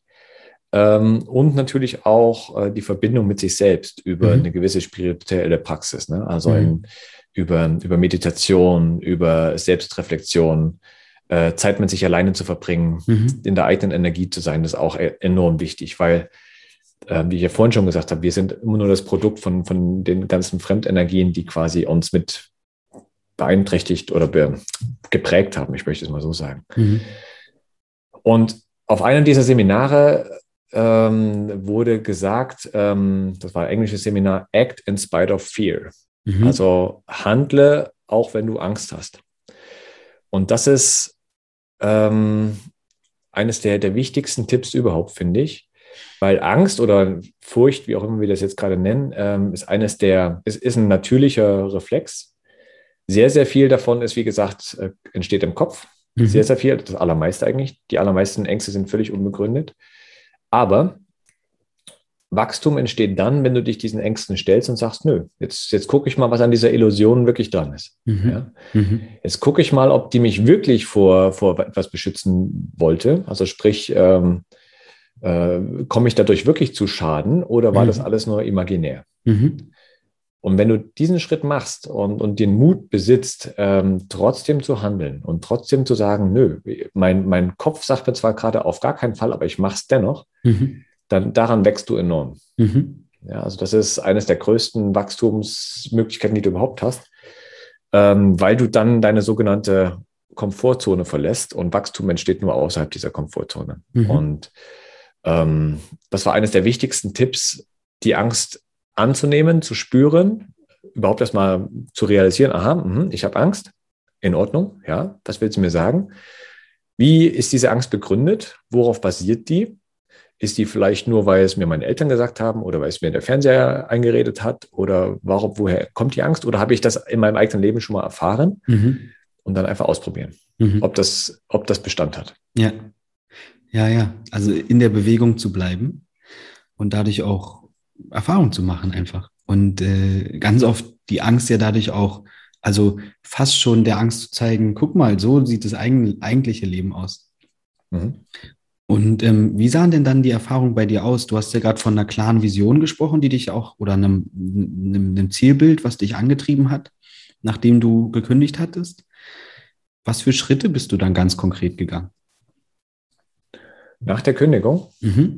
Und natürlich auch äh, die Verbindung mit sich selbst über mhm. eine gewisse spirituelle Praxis, ne? Also mhm. in, über, über Meditation, über Selbstreflexion, äh, Zeit mit sich alleine zu verbringen, mhm. in der eigenen Energie zu sein, ist auch e- enorm wichtig, weil, äh, wie ich ja vorhin schon gesagt habe, wir sind immer nur das Produkt von, von den ganzen Fremdenergien, die quasi uns mit beeinträchtigt oder be- geprägt haben, ich möchte es mal so sagen. Mhm. Und auf einem dieser Seminare Ähm, wurde gesagt, ähm, das war ein englisches Seminar, act in spite of fear. Mhm. Also handle, auch wenn du Angst hast. Und das ist ähm, eines der, der wichtigsten Tipps überhaupt, finde ich, weil Angst oder Furcht, wie auch immer wir das jetzt gerade nennen, ähm, ist eines der, ist, ist ein natürlicher Reflex. Sehr, sehr viel davon ist, wie gesagt, äh, entsteht im Kopf. Mhm. Sehr, sehr viel, das allermeiste eigentlich. Die allermeisten Ängste sind völlig unbegründet. Aber Wachstum entsteht dann, wenn du dich diesen Ängsten stellst und sagst, nö, jetzt, jetzt gucke ich mal, was an dieser Illusion wirklich dran ist. Mhm. Ja? Mhm. Jetzt gucke ich mal, ob die mich wirklich vor, vor etwas beschützen wollte. Also sprich, ähm, äh, komme ich dadurch wirklich zu Schaden oder war mhm. das alles nur imaginär? Mhm. Und wenn du diesen Schritt machst und, und den Mut besitzt, ähm, trotzdem zu handeln und trotzdem zu sagen, nö, mein, mein Kopf sagt mir zwar gerade auf gar keinen Fall, aber ich mache es dennoch, mhm. dann daran wächst du enorm. Mhm. Ja, also das ist eines der größten Wachstumsmöglichkeiten, die du überhaupt hast. ähm, weil du dann deine sogenannte Komfortzone verlässt und Wachstum entsteht nur außerhalb dieser Komfortzone. Mhm. Und ähm, das war eines der wichtigsten Tipps, die Angst anzunehmen, zu spüren, überhaupt erstmal zu realisieren, aha, mh, ich habe Angst, in Ordnung, ja, was willst du mir sagen? Wie ist diese Angst begründet? Worauf basiert die? Ist die vielleicht nur, weil es mir meine Eltern gesagt haben oder weil es mir der Fernseher eingeredet hat? Oder warum, woher kommt die Angst? Oder habe ich das in meinem eigenen Leben schon mal erfahren? Mhm. Und dann einfach ausprobieren, mhm. ob das, ob das Bestand hat. Ja, ja, ja. Also in der Bewegung zu bleiben und dadurch auch Erfahrung zu machen einfach. Und äh, ganz oft die Angst ja dadurch auch, also fast schon der Angst zu zeigen, guck mal, so sieht das eigen, eigentliche Leben aus. Mhm. Und ähm, wie sahen denn dann die Erfahrungen bei dir aus? Du hast ja gerade von einer klaren Vision gesprochen, die dich auch, oder einem, einem, einem Zielbild, was dich angetrieben hat, nachdem du gekündigt hattest. Was für Schritte bist du dann ganz konkret gegangen? Nach der Kündigung? Mhm.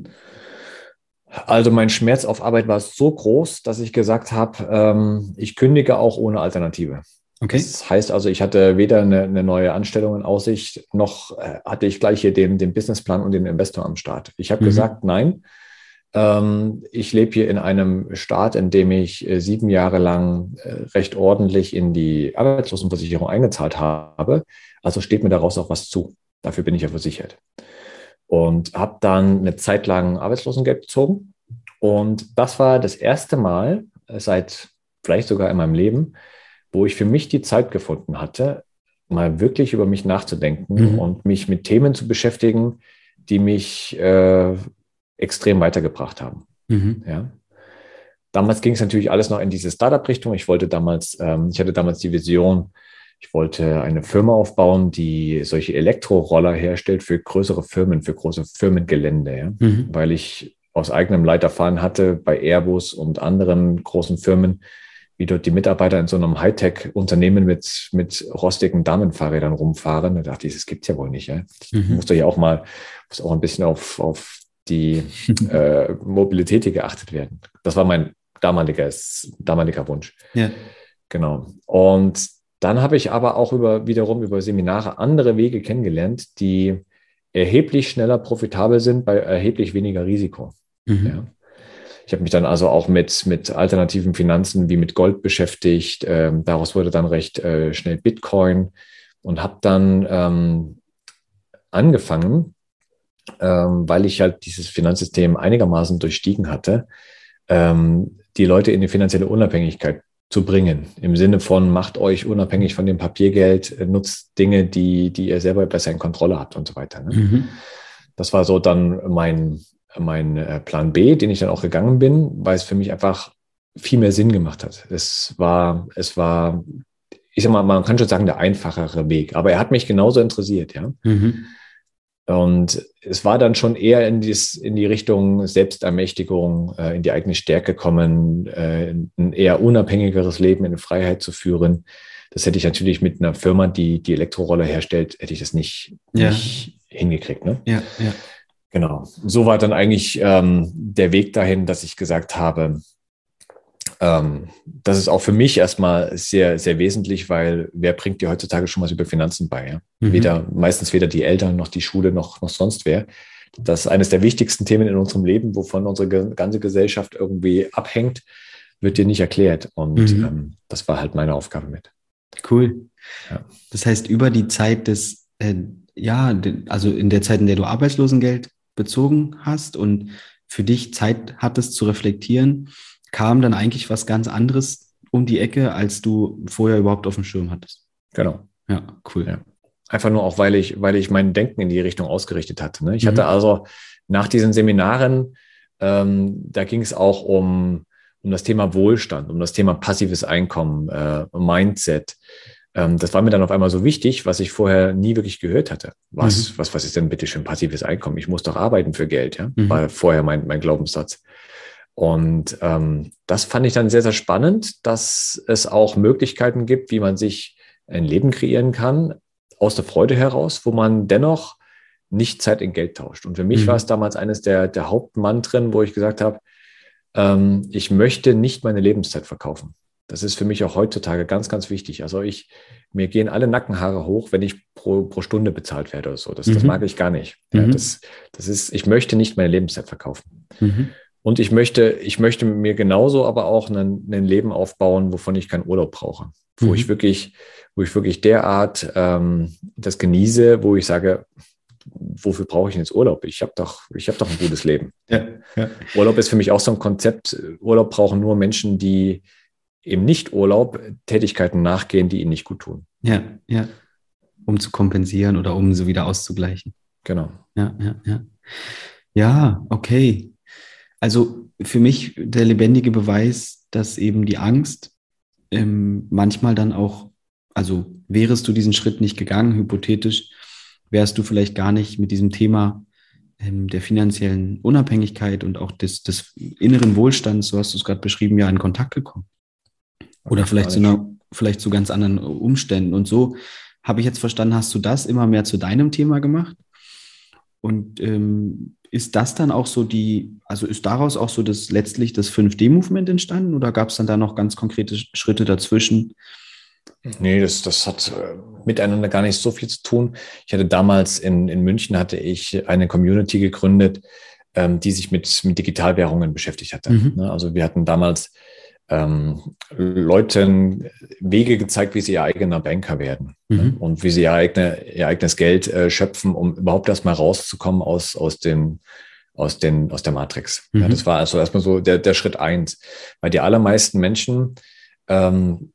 Also mein Schmerz auf Arbeit war so groß, dass ich gesagt habe, ähm, ich kündige auch ohne Alternative. Okay. Das heißt also, ich hatte weder eine, eine neue Anstellung in Aussicht, noch äh, hatte ich gleich hier den, den Businessplan und den Investor am Start. Ich habe mhm. gesagt, nein, ähm, ich lebe hier in einem Staat, in dem ich äh, sieben Jahre lang äh, recht ordentlich in die Arbeitslosenversicherung eingezahlt habe. Also steht mir daraus auch was zu. Dafür bin ich ja versichert. Und habe dann eine Zeit lang Arbeitslosengeld bezogen. Und das war das erste Mal seit vielleicht sogar in meinem Leben, wo ich für mich die Zeit gefunden hatte, mal wirklich über mich nachzudenken mhm. und mich mit Themen zu beschäftigen, die mich äh, extrem weitergebracht haben. Mhm. Ja. Damals ging es natürlich alles noch in diese Startup-Richtung. Ich wollte damals, ähm, ich hatte damals die Vision, ich wollte eine Firma aufbauen, die solche Elektroroller herstellt für größere Firmen, für große Firmengelände, ja? Mhm. Weil ich aus eigenem Leid erfahren hatte bei Airbus und anderen großen Firmen, wie dort die Mitarbeiter in so einem Hightech-Unternehmen mit, mit rostigen Damenfahrrädern rumfahren. Da dachte ich, das gibt's ja wohl nicht. Ja? Mhm. Muss doch ja auch mal, muss auch ein bisschen auf, auf die äh, Mobilität hier geachtet werden. Das war mein damaliger, damaliger Wunsch. Ja. Genau. Und dann habe ich aber auch über, wiederum über Seminare andere Wege kennengelernt, die erheblich schneller profitabel sind bei erheblich weniger Risiko. Mhm. Ja. Ich habe mich dann also auch mit, mit alternativen Finanzen wie mit Gold beschäftigt. Ähm, daraus wurde dann recht äh, schnell Bitcoin und habe dann ähm, angefangen, ähm, weil ich halt dieses Finanzsystem einigermaßen durchstiegen hatte, ähm, die Leute in die finanzielle Unabhängigkeit zu bringen. Im Sinne von, macht euch unabhängig von dem Papiergeld, nutzt Dinge, die, die ihr selber besser in Kontrolle habt und so weiter. Ne? Mhm. Das war so dann mein, mein Plan B, den ich dann auch gegangen bin, weil es für mich einfach viel mehr Sinn gemacht hat. Es war, es war, ich sag mal, man kann schon sagen, der einfachere Weg, aber er hat mich genauso interessiert, ja. Mhm. Und es war dann schon eher in, dies, in die Richtung Selbstermächtigung, äh, in die eigene Stärke kommen, äh, ein eher unabhängigeres Leben in Freiheit zu führen. Das hätte ich natürlich mit einer Firma, die die Elektroroller herstellt, hätte ich das nicht, ja. nicht hingekriegt. Ne? Ja, ja. Genau. So war dann eigentlich ähm, der Weg dahin, dass ich gesagt habe, ähm, das ist auch für mich erstmal sehr, sehr wesentlich, weil wer bringt dir heutzutage schon was über Finanzen bei? Ja? Mhm. Weder, meistens weder die Eltern noch die Schule noch, noch sonst wer. Das ist eines der wichtigsten Themen in unserem Leben, wovon unsere ganze Gesellschaft irgendwie abhängt, wird dir nicht erklärt. Und mhm. ähm, das war halt meine Aufgabe mit. Cool. Ja. Das heißt, über die Zeit des, äh, ja, also in der Zeit, in der du Arbeitslosengeld bezogen hast und für dich Zeit hattest zu reflektieren, kam dann eigentlich was ganz anderes um die Ecke, als du vorher überhaupt auf dem Schirm hattest. Genau. Ja, cool. Ja. Einfach nur auch, weil ich, weil ich mein Denken in die Richtung ausgerichtet hatte. Ne? Ich mhm. hatte also nach diesen Seminaren, ähm, da ging es auch um, um das Thema Wohlstand, um das Thema passives Einkommen, äh, Mindset. Ähm, das war mir dann auf einmal so wichtig, was ich vorher nie wirklich gehört hatte. Was, mhm. was, was ist denn bitte schön passives Einkommen? Ich muss doch arbeiten für Geld, ja? Mhm. War vorher mein, mein Glaubenssatz. Und ähm, das fand ich dann sehr, sehr spannend, dass es auch Möglichkeiten gibt, wie man sich ein Leben kreieren kann, aus der Freude heraus, wo man dennoch nicht Zeit in Geld tauscht. Und für mich mhm. war es damals eines der, der Hauptmantren, wo ich gesagt habe, ähm, ich möchte nicht meine Lebenszeit verkaufen. Das ist für mich auch heutzutage ganz, ganz wichtig. Also ich, mir gehen alle Nackenhaare hoch, wenn ich pro, pro Stunde bezahlt werde oder so. Das, mhm. das mag ich gar nicht. Ja, mhm. das, das ist, ich möchte nicht meine Lebenszeit verkaufen. Mhm. Und ich möchte, ich möchte mir genauso aber auch ein, ein Leben aufbauen, wovon ich keinen Urlaub brauche. Wo mhm. ich wirklich, wo ich wirklich derart ähm, das genieße, wo ich sage, wofür brauche ich jetzt Urlaub? Ich habe doch, ich habe doch ein gutes Leben. Ja, ja. Urlaub ist für mich auch so ein Konzept. Urlaub brauchen nur Menschen, die eben nicht Urlaub Tätigkeiten nachgehen, die ihnen nicht gut tun. Ja, ja. Um zu kompensieren oder um so wieder auszugleichen. Genau. Ja, ja, ja. Ja, okay. Also für mich der lebendige Beweis, dass eben die Angst ähm, manchmal dann auch, also wärest du diesen Schritt nicht gegangen, hypothetisch, wärst du vielleicht gar nicht mit diesem Thema ähm, der finanziellen Unabhängigkeit und auch des, des inneren Wohlstands, so hast du es gerade beschrieben, ja in Kontakt gekommen. Oder vielleicht zu, einer, vielleicht zu ganz anderen Umständen. Und so habe ich jetzt verstanden, hast du das immer mehr zu deinem Thema gemacht? Und ähm, ist das dann auch so die, also ist daraus auch so das letztlich das fünf D-Movement entstanden oder gab es dann da noch ganz konkrete Schritte dazwischen? Nee, das, das hat äh, miteinander gar nicht so viel zu tun. Ich hatte damals in, in München hatte ich eine Community gegründet, ähm, die sich mit, mit Digitalwährungen beschäftigt hatte. Mhm. Also wir hatten damals ähm, Leuten Wege gezeigt, wie sie ihr eigener Banker werden, mhm. ne? Und wie sie ihr, eigene, ihr eigenes Geld äh, schöpfen, um überhaupt erstmal rauszukommen aus, aus, den, aus, den, aus der Matrix. Mhm. Ja, das war also erstmal so der, der Schritt eins. Weil die allermeisten Menschen ähm,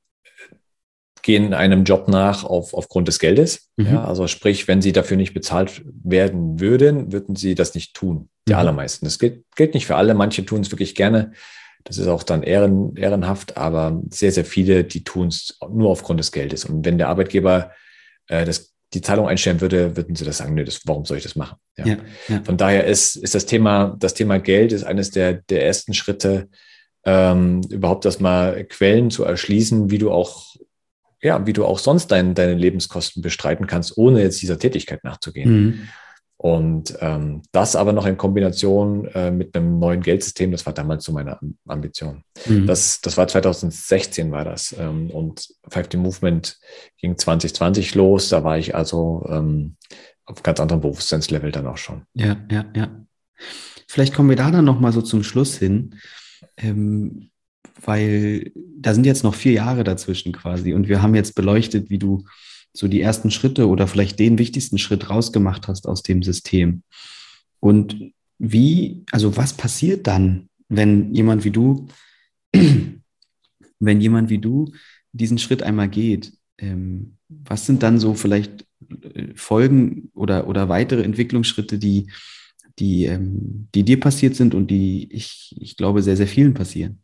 gehen einem Job nach auf, aufgrund des Geldes. Mhm. Ja, also sprich, wenn sie dafür nicht bezahlt werden würden, würden sie das nicht tun. Die mhm. allermeisten. Das gilt, gilt nicht für alle. Manche tun es wirklich gerne. Das ist auch dann ehren, ehrenhaft, aber sehr, sehr viele, die tun es nur aufgrund des Geldes. Und wenn der Arbeitgeber äh, das, die Zahlung einstellen würde, würden sie das sagen, nö, das, warum soll ich das machen? Ja. Ja, ja. Von daher ist, ist das Thema, das Thema Geld ist eines der, der ersten Schritte, ähm, überhaupt erstmal Quellen zu erschließen, wie du auch, ja, wie du auch sonst dein, deine Lebenskosten bestreiten kannst, ohne jetzt dieser Tätigkeit nachzugehen. Mhm. Und ähm, das aber noch in Kombination äh, mit einem neuen Geldsystem, das war damals so meine Ambition. Mhm. Das, das war zwanzig sechzehn war das. Ähm, und fünf D Movement ging zwanzig zwanzig los. Da war ich also ähm, auf ganz anderem Bewusstseinslevel dann auch schon. Ja, ja, ja. Vielleicht kommen wir da dann nochmal so zum Schluss hin, ähm, weil da sind jetzt noch vier Jahre dazwischen quasi und wir haben jetzt beleuchtet, wie du so die ersten Schritte oder vielleicht den wichtigsten Schritt rausgemacht hast aus dem System. Und wie, also was passiert dann, wenn jemand wie du, wenn jemand wie du diesen Schritt einmal geht? Ähm, was sind dann so vielleicht Folgen oder, oder weitere Entwicklungsschritte, die, die, ähm, die dir passiert sind und die ich, ich glaube, sehr, sehr vielen passieren?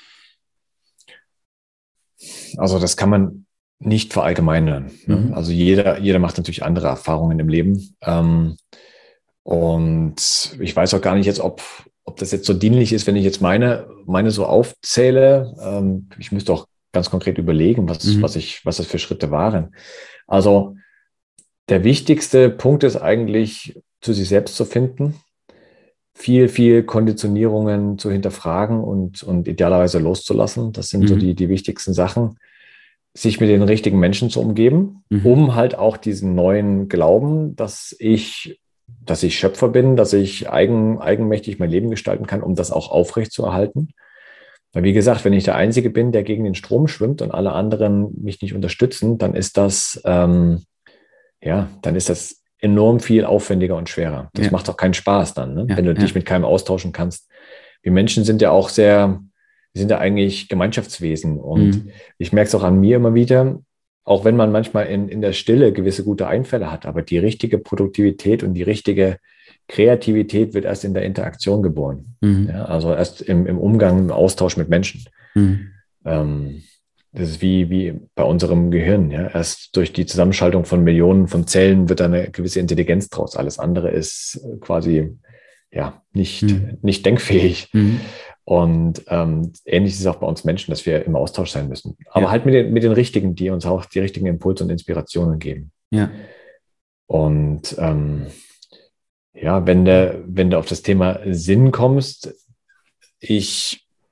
Also das kann man nicht verallgemeinern. Ne? Mhm. Also jeder, jeder macht natürlich andere Erfahrungen im Leben. Ähm, und ich weiß auch gar nicht jetzt, ob, ob das jetzt so dienlich ist, wenn ich jetzt meine, meine so aufzähle. Ähm, ich müsste auch ganz konkret überlegen, was, mhm. was, ich, was das für Schritte waren. Also der wichtigste Punkt ist eigentlich, zu sich selbst zu finden, viel, viel Konditionierungen zu hinterfragen und, und idealerweise loszulassen. Das sind mhm. so die, die wichtigsten Sachen. Sich mit den richtigen Menschen zu umgeben, mhm. um halt auch diesen neuen Glauben, dass ich, dass ich Schöpfer bin, dass ich eigen, eigenmächtig mein Leben gestalten kann, um das auch aufrechtzuerhalten. Weil wie gesagt, wenn ich der Einzige bin, der gegen den Strom schwimmt und alle anderen mich nicht unterstützen, dann ist das, ähm, ja, dann ist das enorm viel aufwendiger und schwerer. Das ja. macht auch keinen Spaß dann, ne? ja, wenn du ja. dich mit keinem austauschen kannst. Wir Menschen sind ja auch sehr, wir sind ja eigentlich Gemeinschaftswesen und mhm. ich merke es auch an mir immer wieder, auch wenn man manchmal in, in der Stille gewisse gute Einfälle hat, aber die richtige Produktivität und die richtige Kreativität wird erst in der Interaktion geboren. Mhm. Ja, also erst im, im Umgang, im Austausch mit Menschen. Mhm. Ähm, das ist wie, wie bei unserem Gehirn. Ja? Erst durch die Zusammenschaltung von Millionen von Zellen wird da eine gewisse Intelligenz draus. Alles andere ist quasi ja, nicht, mhm. nicht denkfähig. Mhm. Und ähm, ähnlich ist es auch bei uns Menschen, dass wir im Austausch sein müssen. Aber ja. halt mit den, mit den Richtigen, die uns auch die richtigen Impulse und Inspirationen geben. Ja. Und ähm, ja, wenn du, wenn du auf das Thema Sinn kommst, ich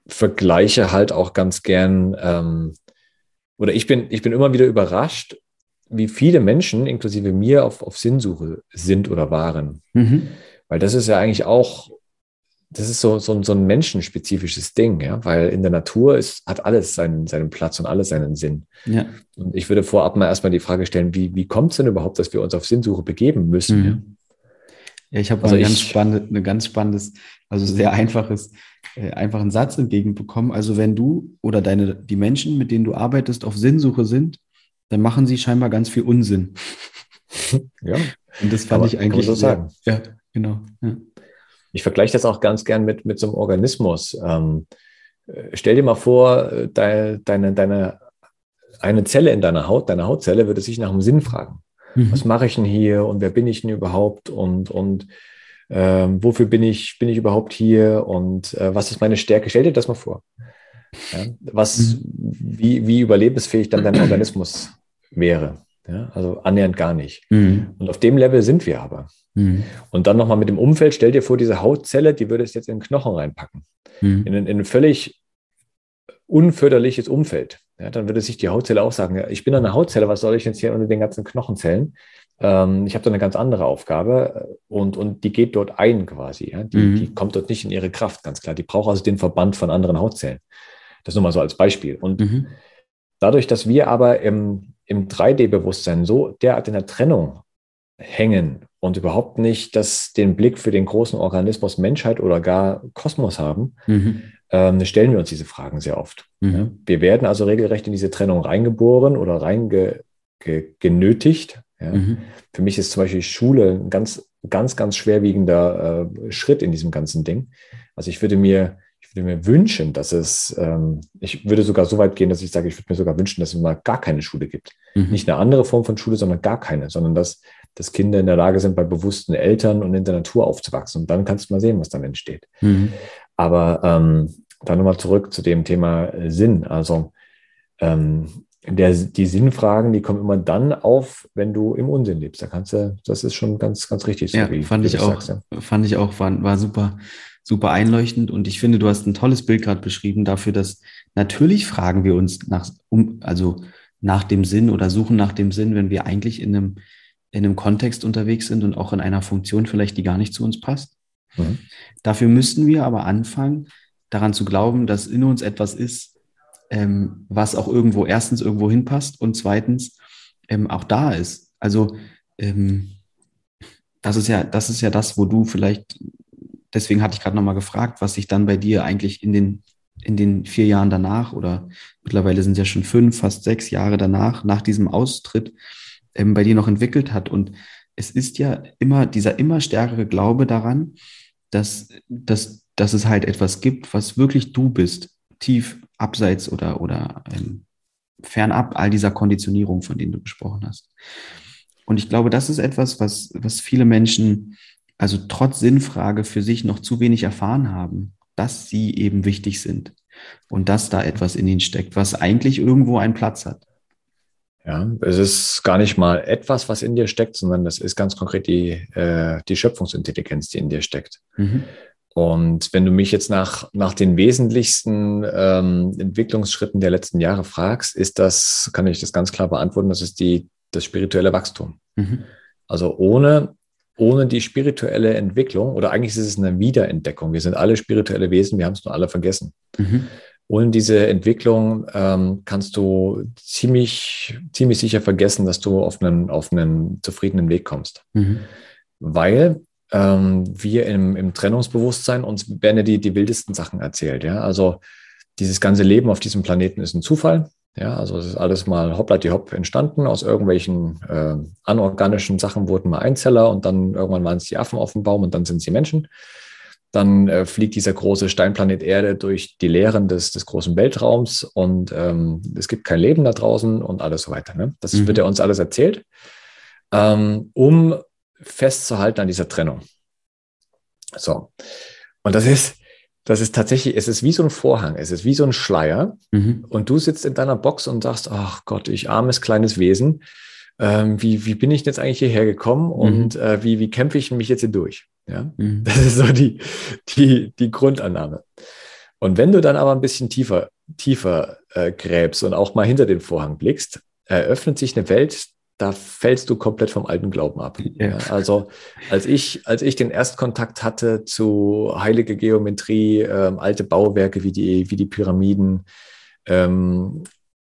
vergleiche halt auch ganz gern, ähm, oder ich bin, ich bin immer wieder überrascht, wie viele Menschen, inklusive mir, auf, auf Sinnsuche sind oder waren. Mhm. Weil das ist ja eigentlich auch, das ist so, so, so ein menschenspezifisches Ding, ja, weil in der Natur ist, hat alles seinen, seinen Platz und alles seinen Sinn. Ja. Und ich würde vorab mal erstmal die Frage stellen, wie, wie kommt es denn überhaupt, dass wir uns auf Sinnsuche begeben müssen? Mhm. Ja? Ja, ich habe mal Also ein ganz ich, spannendes, eine ganz spannendes, also sehr einfaches, äh, einfachen Satz entgegenbekommen. Also wenn du oder deine, die Menschen, mit denen du arbeitest, auf Sinnsuche sind, dann machen sie scheinbar ganz viel Unsinn. ja, Und das kann fand man, ich kann man eigentlich so sehr, sagen. ja, genau. Ja. Ich vergleiche das auch ganz gern mit, mit so einem Organismus. Ähm, äh, stell dir mal vor, äh, deine, deine, deine, eine Zelle in deiner Haut, deine Hautzelle würde sich nach dem Sinn fragen. Was Mhm. mache ich denn hier und wer bin ich denn überhaupt und, und ähm, wofür bin ich, bin ich überhaupt hier und äh, was ist meine Stärke? Stell dir das mal vor. Ja? Was, Mhm. wie, wie überlebensfähig dann dein Organismus wäre. Ja? Also annähernd gar nicht. Mhm. Und auf dem Level sind wir aber. Mhm. Und dann nochmal mit dem Umfeld, stell dir vor, diese Hautzelle, die würde es jetzt in den Knochen reinpacken. In, Mhm. in ein völlig unförderliches Umfeld. Ja, dann würde sich die Hautzelle auch sagen, ja, ich bin eine Hautzelle, was soll ich jetzt hier unter den ganzen Knochenzellen? Ähm, ich habe da eine ganz andere Aufgabe und, und die geht dort ein quasi. Ja? Die, die Mhm. kommt dort nicht in ihre Kraft, ganz klar. Die braucht also den Verband von anderen Hautzellen. Das nur mal so als Beispiel. Und Mhm. dadurch, dass wir aber im, im drei D-Bewusstsein so derart in der Trennung hängen und überhaupt nicht das, den Blick für den großen Organismus Menschheit oder gar Kosmos haben, Mhm. ähm, stellen wir uns diese Fragen sehr oft. Ja? Mhm. Wir werden also regelrecht in diese Trennung reingeboren oder reingenötigt. Ja? Mhm. Für mich ist zum Beispiel Schule ein ganz, ganz, ganz schwerwiegender äh, Schritt in diesem ganzen Ding. Also ich würde mir, ich würde mir wünschen, dass es, ähm, ich würde sogar so weit gehen, dass ich sage, ich würde mir sogar wünschen, dass es mal gar keine Schule gibt. Mhm. Nicht eine andere Form von Schule, sondern gar keine, sondern dass, dass Kinder in der Lage sind, bei bewussten Eltern und in der Natur aufzuwachsen. Und dann kannst du mal sehen, was dann entsteht. Mhm. Aber ähm, dann nochmal zurück zu dem Thema Sinn. Also ähm, der, die Sinnfragen, die kommen immer dann auf, wenn du im Unsinn lebst. Da kannst du, das ist schon ganz, ganz richtig, so Ja, wie, fand wie du ich das auch, sagst. Ja. fand ich auch, war, war super, super einleuchtend. Und ich finde, du hast ein tolles Bild gerade beschrieben dafür, dass natürlich fragen wir uns nach, um, also nach dem Sinn oder suchen nach dem Sinn, wenn wir eigentlich in einem, in einem Kontext unterwegs sind und auch in einer Funktion vielleicht, die gar nicht zu uns passt. Mhm. Dafür müssten wir aber anfangen, daran zu glauben, dass in uns etwas ist, ähm, was auch irgendwo erstens irgendwo hinpasst und zweitens ähm, auch da ist. Also ähm, das ist ja, das ist ja das, wo du vielleicht, deswegen hatte ich gerade nochmal gefragt, was sich dann bei dir eigentlich in den, in den vier Jahren danach oder mittlerweile sind es ja schon fünf, fast sechs Jahre danach, nach diesem Austritt, ähm, bei dir noch entwickelt hat. Und es ist ja immer dieser immer stärkere Glaube daran, dass, dass, dass es halt etwas gibt, was wirklich du bist, tief abseits oder, oder ähm, fernab all dieser Konditionierung, von denen du gesprochen hast. Und ich glaube, das ist etwas, was, was viele Menschen, also trotz Sinnfrage, für sich noch zu wenig erfahren haben, dass sie eben wichtig sind und dass da etwas in ihnen steckt, was eigentlich irgendwo einen Platz hat. Ja, es ist gar nicht mal etwas, was in dir steckt, sondern das ist ganz konkret die, äh, die Schöpfungsintelligenz, die in dir steckt. Mhm. Und wenn du mich jetzt nach, nach den wesentlichsten ähm, Entwicklungsschritten der letzten Jahre fragst, ist das, kann ich das ganz klar beantworten, das ist die, das spirituelle Wachstum. Mhm. Also ohne, ohne die spirituelle Entwicklung, oder eigentlich ist es eine Wiederentdeckung. Wir sind alle spirituelle Wesen, wir haben es nur alle vergessen. Mhm. Ohne diese Entwicklung ähm, kannst du ziemlich, ziemlich sicher vergessen, dass du auf einen, auf einen zufriedenen Weg kommst. Mhm. Weil ähm, wir im, im Trennungsbewusstsein, uns werden ja die, die wildesten Sachen erzählt. Ja? Also dieses ganze Leben auf diesem Planeten ist ein Zufall. Ja, also es ist alles mal hoppla-die-hopp entstanden. Aus irgendwelchen äh, anorganischen Sachen wurden mal Einzeller und dann irgendwann waren es die Affen auf dem Baum und dann sind es die Menschen. Dann äh, fliegt dieser große Steinplanet Erde durch die Leeren des, des großen Weltraums und ähm, es gibt kein Leben da draußen und alles so weiter. Ne? Das Mhm. wird ja uns alles erzählt, ähm, um festzuhalten an dieser Trennung. So. Und das ist, das ist tatsächlich, es ist wie so ein Vorhang, es ist wie so ein Schleier. Mhm. Und du sitzt in deiner Box und sagst, ach Gott, ich armes kleines Wesen, ähm, wie, wie bin ich denn jetzt eigentlich hierher gekommen und Mhm. äh, wie, wie kämpfe ich mich jetzt hier durch? Ja? Mhm. Das ist so die, die, die Grundannahme. Und wenn du dann aber ein bisschen tiefer, tiefer äh, gräbst und auch mal hinter den Vorhang blickst, eröffnet sich eine Welt, da fällst du komplett vom alten Glauben ab. Ja. Ja, also als ich, als ich den Erstkontakt hatte zu heilige Geometrie, ähm, alte Bauwerke wie die, wie die Pyramiden, ähm,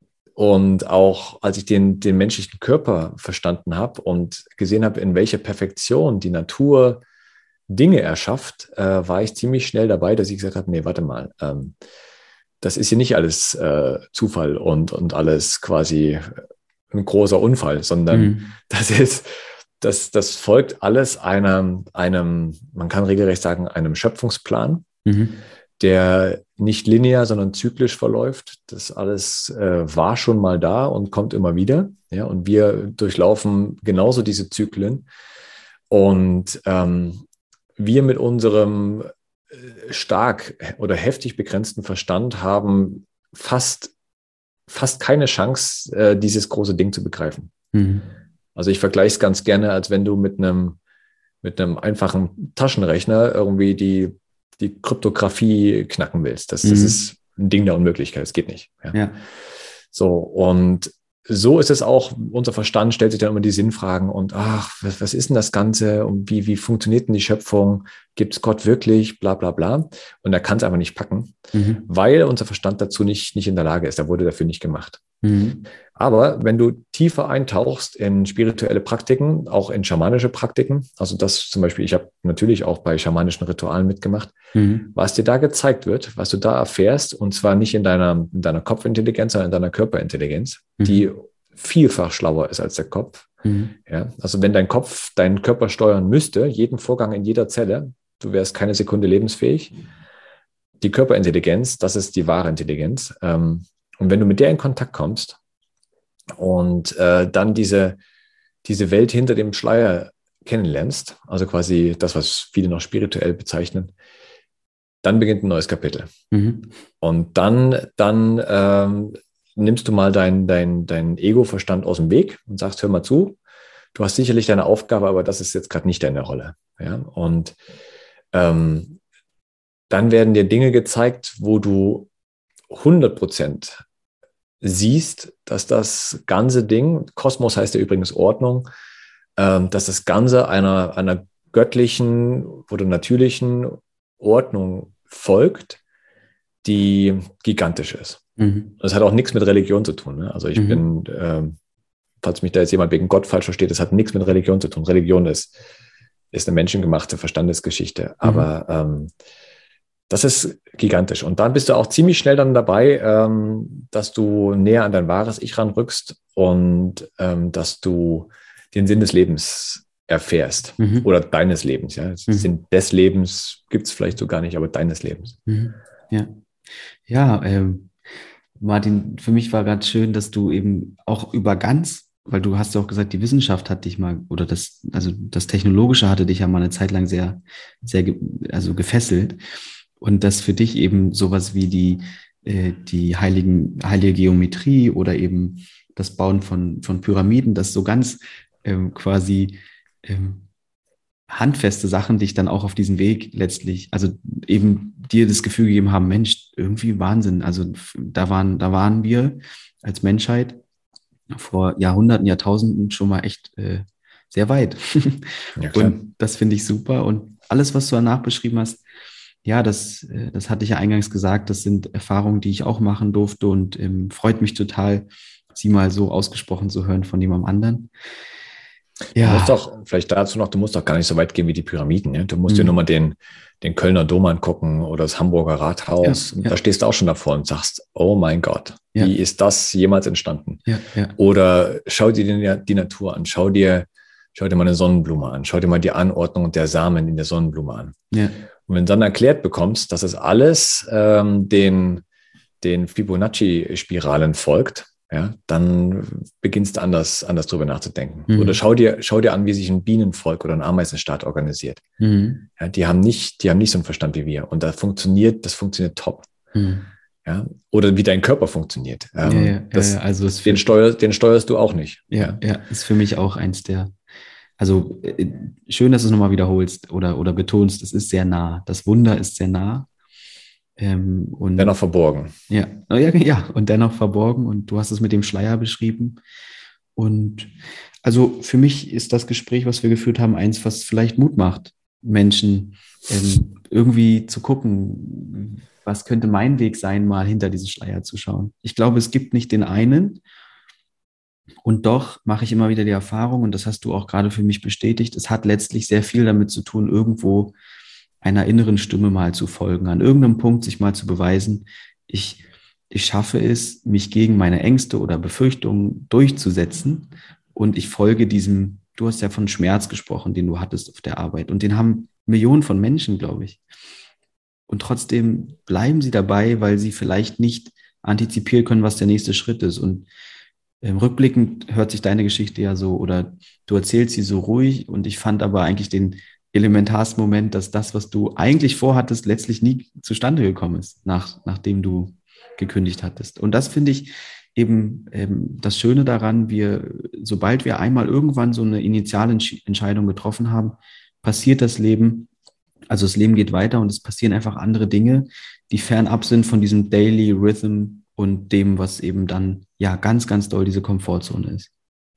und auch als ich den, den menschlichen Körper verstanden habe und gesehen habe, in welcher Perfektion die Natur Dinge erschafft, äh, war ich ziemlich schnell dabei, dass ich gesagt habe, nee, warte mal, ähm, das ist hier nicht alles äh, Zufall und, und alles quasi ein großer Unfall, sondern Mhm. das ist, das, das folgt alles einem, einem, man kann regelrecht sagen, einem Schöpfungsplan, Mhm. der nicht linear, sondern zyklisch verläuft. Das alles äh, war schon mal da und kommt immer wieder. Ja, und wir durchlaufen genauso diese Zyklen. Und ähm, wir mit unserem äh, stark oder heftig begrenzten Verstand haben fast, fast keine Chance, äh, dieses große Ding zu begreifen. Mhm. Also ich vergleiche es ganz gerne, als wenn du mit einem, mit einem einfachen Taschenrechner irgendwie die, die Kryptographie knacken willst. Das, das Mhm. ist ein Ding der Unmöglichkeit. Das geht nicht. Ja. Ja. So, und so ist es auch, unser Verstand stellt sich dann immer die Sinnfragen und ach, was, was ist denn das Ganze und wie, wie funktioniert denn die Schöpfung? Gibt es Gott wirklich? Bla bla bla. Und er kann es einfach nicht packen, Mhm. weil unser Verstand dazu nicht, nicht in der Lage ist. Er wurde dafür nicht gemacht. Mhm. Aber wenn du tiefer eintauchst in spirituelle Praktiken, auch in schamanische Praktiken, also das zum Beispiel, ich habe natürlich auch bei schamanischen Ritualen mitgemacht, Mhm. was dir da gezeigt wird, was du da erfährst, und zwar nicht in deiner, in deiner Kopfintelligenz, sondern in deiner Körperintelligenz, Mhm. die vielfach schlauer ist als der Kopf. Mhm. Ja, also wenn dein Kopf deinen Körper steuern müsste, jeden Vorgang in jeder Zelle, du wärst keine Sekunde lebensfähig. Die Körperintelligenz, das ist die wahre Intelligenz. Und wenn du mit der in Kontakt kommst und äh, dann diese, diese Welt hinter dem Schleier kennenlernst, also quasi das, was viele noch spirituell bezeichnen, dann beginnt ein neues Kapitel. Mhm. Und dann, dann ähm, nimmst du mal deinen dein, dein Ego-Verstand aus dem Weg und sagst, hör mal zu, du hast sicherlich deine Aufgabe, aber das ist jetzt gerade nicht deine Rolle. Ja? Und ähm, dann werden dir Dinge gezeigt, wo du hundert Prozent siehst, dass das ganze Ding, Kosmos heißt ja übrigens Ordnung, ähm, dass das Ganze einer, einer göttlichen oder natürlichen Ordnung folgt, die gigantisch ist. Mhm. Das hat auch nichts mit Religion zu tun. Ne? Also ich Mhm. bin, ähm, falls mich da jetzt jemand wegen Gott falsch versteht, das hat nichts mit Religion zu tun. Religion ist, ist eine menschengemachte Verstandesgeschichte. Aber ähm, das ist gigantisch. Und dann bist du auch ziemlich schnell dann dabei, ähm, dass du näher an dein wahres Ich ranrückst und ähm, dass du den Sinn des Lebens erfährst. Mhm. Oder deines Lebens. Ja? Mhm. Sinn des Lebens gibt es vielleicht so gar nicht, aber deines Lebens. Mhm. Ja, ja ähm, Martin, für mich war ganz schön, dass du eben auch über ganz, weil du hast ja auch gesagt, die Wissenschaft hat dich mal, oder das, also das Technologische hatte dich ja mal eine Zeit lang sehr, sehr, ge- also gefesselt. Und dass für dich eben sowas wie die, äh, die heiligen, heilige Geometrie oder eben das Bauen von, von Pyramiden, das so ganz ähm, quasi ähm, handfeste Sachen dich dann auch auf diesen Weg letztlich, also eben dir das Gefühl gegeben haben, Mensch, irgendwie Wahnsinn. Also da waren, da waren wir als Menschheit vor Jahrhunderten, Jahrtausenden schon mal echt äh, sehr weit. Ja, klar. Und das finde ich super. Und alles, was du danach beschrieben hast, ja, das, äh, das hatte ich ja eingangs gesagt, das sind Erfahrungen, die ich auch machen durfte und ähm, freut mich total, sie mal so ausgesprochen zu hören von jemandem anderen. Du musst Ja. doch, vielleicht dazu noch, du musst doch gar nicht so weit gehen wie die Pyramiden. Ja? Du musst dir Mhm. nur mal den, den Kölner Dom angucken oder das Hamburger Rathaus. Ja, Und ja. da stehst du auch schon davor und sagst, oh mein Gott, Ja. wie ist das jemals entstanden? Ja, ja. Oder schau dir die, die Natur an, schau dir, schau dir mal eine Sonnenblume an, schau dir mal die Anordnung der Samen in der Sonnenblume an. Ja. Und wenn du dann erklärt bekommst, dass es alles ähm, den, den Fibonacci-Spiralen folgt, ja, dann beginnst du anders, anders drüber nachzudenken. Mhm. Oder schau dir, schau dir an, wie sich ein Bienenvolk oder ein Ameisenstaat organisiert. Mhm. Ja, die haben nicht, die haben nicht so einen Verstand wie wir. Und das funktioniert, das funktioniert top. Mhm. Ja, oder wie dein Körper funktioniert. Ja, Ähm, ja, das, ja, also es den, steuer, den steuerst du auch nicht. ja, ja, ist für mich auch eins der, also äh, schön, dass du es nochmal wiederholst oder, oder betonst, es ist sehr nah. Das Wunder ist sehr nah. Ähm, und Dennoch verborgen. Ja, oh ja, ja, und dennoch verborgen. Und du hast es mit dem Schleier beschrieben. Und also für mich ist das Gespräch, was wir geführt haben, eins, was vielleicht Mut macht, Menschen ähm, irgendwie zu gucken, was könnte mein Weg sein, mal hinter diesen Schleier zu schauen. Ich glaube, es gibt nicht den einen. Und doch mache ich immer wieder die Erfahrung, und das hast du auch gerade für mich bestätigt, es hat letztlich sehr viel damit zu tun, irgendwo einer inneren Stimme mal zu folgen, an irgendeinem Punkt sich mal zu beweisen, ich, ich schaffe es, mich gegen meine Ängste oder Befürchtungen durchzusetzen und ich folge diesem, du hast ja von Schmerz gesprochen, den du hattest auf der Arbeit und den haben Millionen von Menschen, glaube ich. Und trotzdem bleiben sie dabei, weil sie vielleicht nicht antizipieren können, was der nächste Schritt ist. Und ähm, rückblickend hört sich deine Geschichte ja so, oder du erzählst sie so ruhig, und ich fand aber eigentlich den elementarsten Moment, dass das, was du eigentlich vorhattest, letztlich nie zustande gekommen ist, nach, nachdem du gekündigt hattest. Und das finde ich eben ähm, das Schöne daran, wir, sobald wir einmal irgendwann so eine initiale Entscheidung getroffen haben, passiert das Leben, also das Leben geht weiter und es passieren einfach andere Dinge, die fernab sind von diesem Daily Rhythm und dem, was eben dann ja ganz, ganz doll diese Komfortzone ist.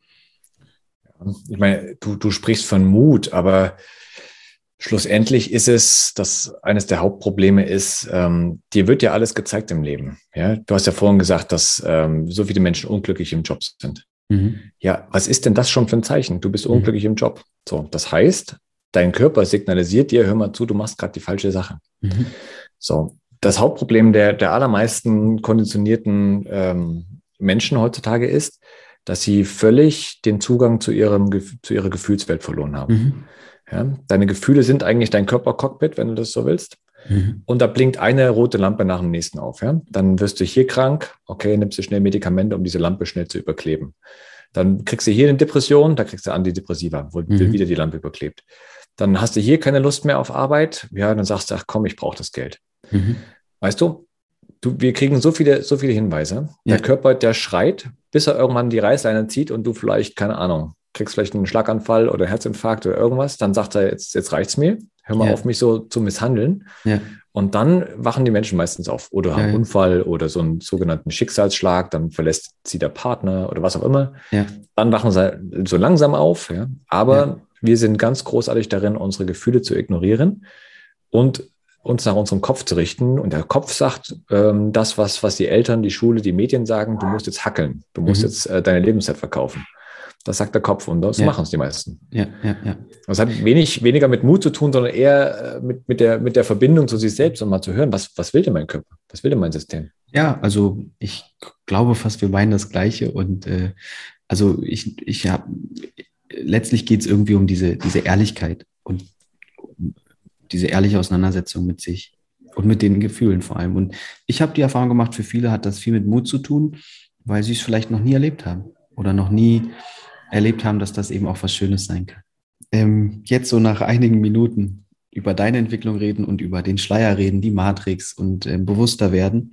Ich meine, du, du sprichst von Mut, aber schlussendlich ist es, dass eines der Hauptprobleme ist, ähm, dir wird ja alles gezeigt im Leben. Ja? Du hast ja vorhin gesagt, dass ähm, so viele Menschen unglücklich im Job sind. Mhm. Ja, was ist denn das schon für ein Zeichen? Du bist unglücklich mhm. im Job. So, das heißt, dein Körper signalisiert dir, hör mal zu, du machst gerade die falsche Sache. Mhm. So, das Hauptproblem der, der allermeisten konditionierten ähm, Menschen heutzutage ist, dass sie völlig den Zugang zu, ihrem, zu ihrer Gefühlswelt verloren haben. Mhm. Ja, deine Gefühle sind eigentlich dein Körpercockpit, wenn du das so willst. Mhm. Und da blinkt eine rote Lampe nach dem nächsten auf. Ja? Dann wirst du hier krank, okay, nimmst du schnell Medikamente, um diese Lampe schnell zu überkleben. Dann kriegst du hier eine Depression, da kriegst du Antidepressiva, wo mhm. wieder die Lampe überklebt. Dann hast du hier keine Lust mehr auf Arbeit, ja, dann sagst du, ach komm, ich brauche das Geld. Mhm. Weißt du, du, wir kriegen so viele, so viele Hinweise. Ja. Der Körper, der schreit, bis er irgendwann die Reißleine zieht und du vielleicht, keine Ahnung, kriegst vielleicht einen Schlaganfall oder Herzinfarkt oder irgendwas, dann sagt er, jetzt, jetzt reicht's mir, hör mal ja. auf, mich so zu misshandeln. Ja. Und dann wachen die Menschen meistens auf oder haben ja, einen ja. Unfall oder so einen sogenannten Schicksalsschlag, dann verlässt sie der Partner oder was auch immer. Ja. Dann wachen sie so langsam auf, ja. Aber ja. wir sind ganz großartig darin, unsere Gefühle zu ignorieren und uns nach unserem Kopf zu richten. Und der Kopf sagt ähm, das, was, was die Eltern, die Schule, die Medien sagen, du musst jetzt hackeln, du musst mhm. jetzt äh, deine Lebenszeit verkaufen. Das sagt der Kopf und das ja. machen es die meisten. Ja, ja, ja. Das hat wenig, weniger mit Mut zu tun, sondern eher mit, mit, der, mit der Verbindung zu sich selbst und mal zu hören, was, was will denn mein Körper? Was will denn mein System? Ja, also ich glaube fast, wir meinen das Gleiche. Und äh, also ich, ich habe, letztlich geht es irgendwie um diese, diese Ehrlichkeit und um diese ehrliche Auseinandersetzung mit sich und mit den Gefühlen vor allem. Und ich habe die Erfahrung gemacht, für viele hat das viel mit Mut zu tun, weil sie es vielleicht noch nie erlebt haben oder noch nie erlebt haben, dass das eben auch was Schönes sein kann. Ähm, jetzt so nach einigen Minuten über deine Entwicklung reden und über den Schleier reden, die Matrix und ähm, bewusster werden.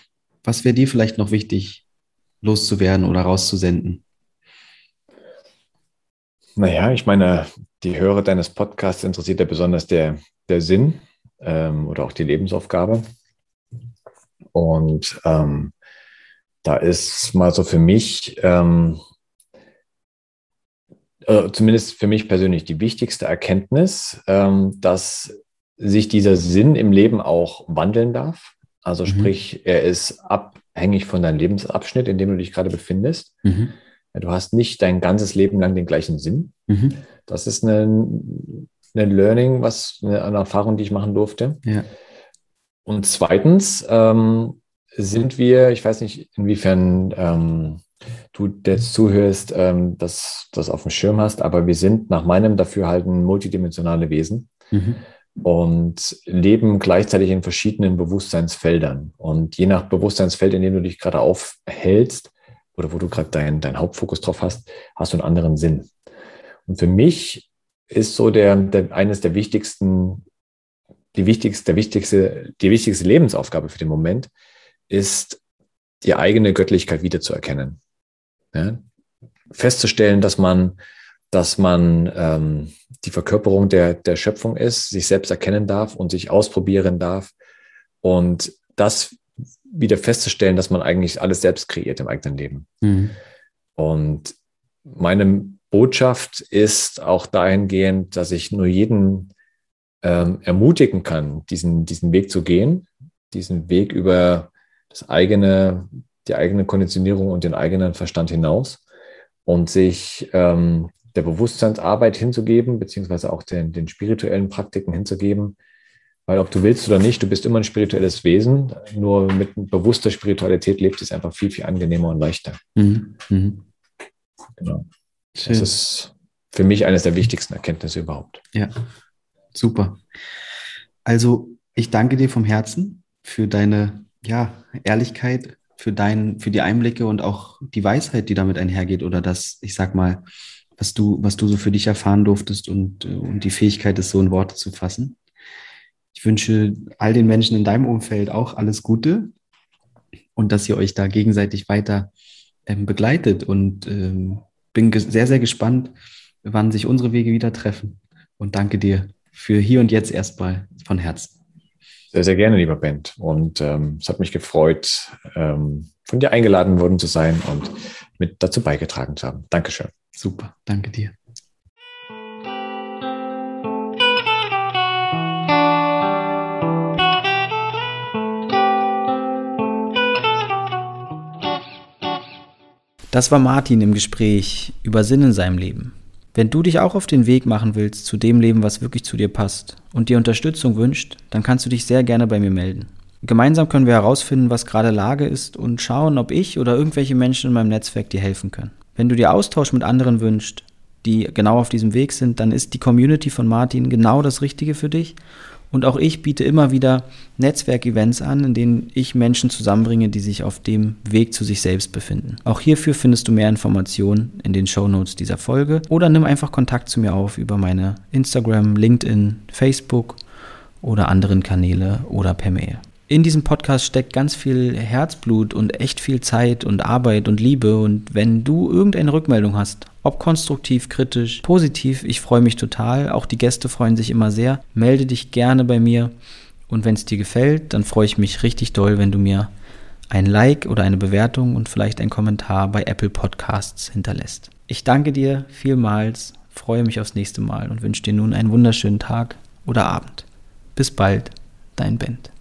Was wäre dir vielleicht noch wichtig, loszuwerden oder rauszusenden? Naja, ich meine, die Hörer deines Podcasts interessiert ja besonders der, der Sinn ähm, oder auch die Lebensaufgabe. Und ähm, da ist mal so für mich ähm, Äh, zumindest für mich persönlich die wichtigste Erkenntnis, ähm, dass sich dieser Sinn im Leben auch wandeln darf. Also mhm. sprich, er ist abhängig von deinem Lebensabschnitt, in dem du dich gerade befindest. Mhm. Ja, du hast nicht dein ganzes Leben lang den gleichen Sinn. Mhm. Das ist eine, eine Learning, was eine, eine Erfahrung, die ich machen durfte. Ja. Und zweitens ähm, sind wir, ich weiß nicht, inwiefern ähm, du jetzt zuhörst, ähm, dass das auf dem Schirm hast, aber wir sind nach meinem Dafürhalten multidimensionale Wesen mhm. und leben gleichzeitig in verschiedenen Bewusstseinsfeldern. Und je nach Bewusstseinsfeld, in dem du dich gerade aufhältst oder wo du gerade deinen dein Hauptfokus drauf hast, hast du einen anderen Sinn. Und für mich ist so der, der eines der wichtigsten, die wichtigste, der wichtigste, die wichtigste Lebensaufgabe für den Moment ist, die eigene Göttlichkeit wiederzuerkennen. Ja? Festzustellen, dass man, dass man ähm, die Verkörperung der, der Schöpfung ist, sich selbst erkennen darf und sich ausprobieren darf und das wieder festzustellen, dass man eigentlich alles selbst kreiert im eigenen Leben. Mhm. Und meine Botschaft ist auch dahingehend, dass ich nur jeden ähm, ermutigen kann, diesen, diesen Weg zu gehen, diesen Weg über das eigene, die eigene Konditionierung und den eigenen Verstand hinaus und sich ähm, der Bewusstseinsarbeit hinzugeben, beziehungsweise auch den, den spirituellen Praktiken hinzugeben. Weil ob du willst oder nicht, du bist immer ein spirituelles Wesen, nur mit bewusster Spiritualität lebt es einfach viel, viel angenehmer und leichter. Mhm. Mhm. Genau. Schön. Das ist für mich eines der wichtigsten Erkenntnisse überhaupt. Ja, super. Also ich danke dir vom Herzen für deine ja, Ehrlichkeit, für, dein, für die Einblicke und auch die Weisheit, die damit einhergeht oder das, ich sag mal, was du, was du so für dich erfahren durftest und, und die Fähigkeit, es so in Worte zu fassen. Ich wünsche all den Menschen in deinem Umfeld auch alles Gute und dass ihr euch da gegenseitig weiter ähm, begleitet und ähm, bin ge- sehr, sehr gespannt, wann sich unsere Wege wieder treffen und danke dir für hier und jetzt erstmal von Herzen. Sehr, sehr gerne, lieber Ben. Und ähm, es hat mich gefreut, ähm, von dir eingeladen worden zu sein und mit dazu beigetragen zu haben. Dankeschön. Super, danke dir. Das war Martin im Gespräch über Sinn in seinem Leben. Wenn du dich auch auf den Weg machen willst zu dem Leben, was wirklich zu dir passt und dir Unterstützung wünscht, dann kannst du dich sehr gerne bei mir melden. Gemeinsam können wir herausfinden, was gerade Lage ist und schauen, ob ich oder irgendwelche Menschen in meinem Netzwerk dir helfen können. Wenn du dir Austausch mit anderen wünschst, die genau auf diesem Weg sind, dann ist die Community von Martin genau das Richtige für dich. Und auch ich biete immer wieder Netzwerkevents an, in denen ich Menschen zusammenbringe, die sich auf dem Weg zu sich selbst befinden. Auch hierfür findest du mehr Informationen in den Shownotes dieser Folge oder nimm einfach Kontakt zu mir auf über meine Instagram, LinkedIn, Facebook oder anderen Kanäle oder per Mail. In diesem Podcast steckt ganz viel Herzblut und echt viel Zeit und Arbeit und Liebe und wenn du irgendeine Rückmeldung hast, ob konstruktiv, kritisch, positiv, ich freue mich total, auch die Gäste freuen sich immer sehr, melde dich gerne bei mir und wenn es dir gefällt, dann freue ich mich richtig doll, wenn du mir ein Like oder eine Bewertung und vielleicht einen Kommentar bei Apple Podcasts hinterlässt. Ich danke dir vielmals, freue mich aufs nächste Mal und wünsche dir nun einen wunderschönen Tag oder Abend. Bis bald, dein Bent.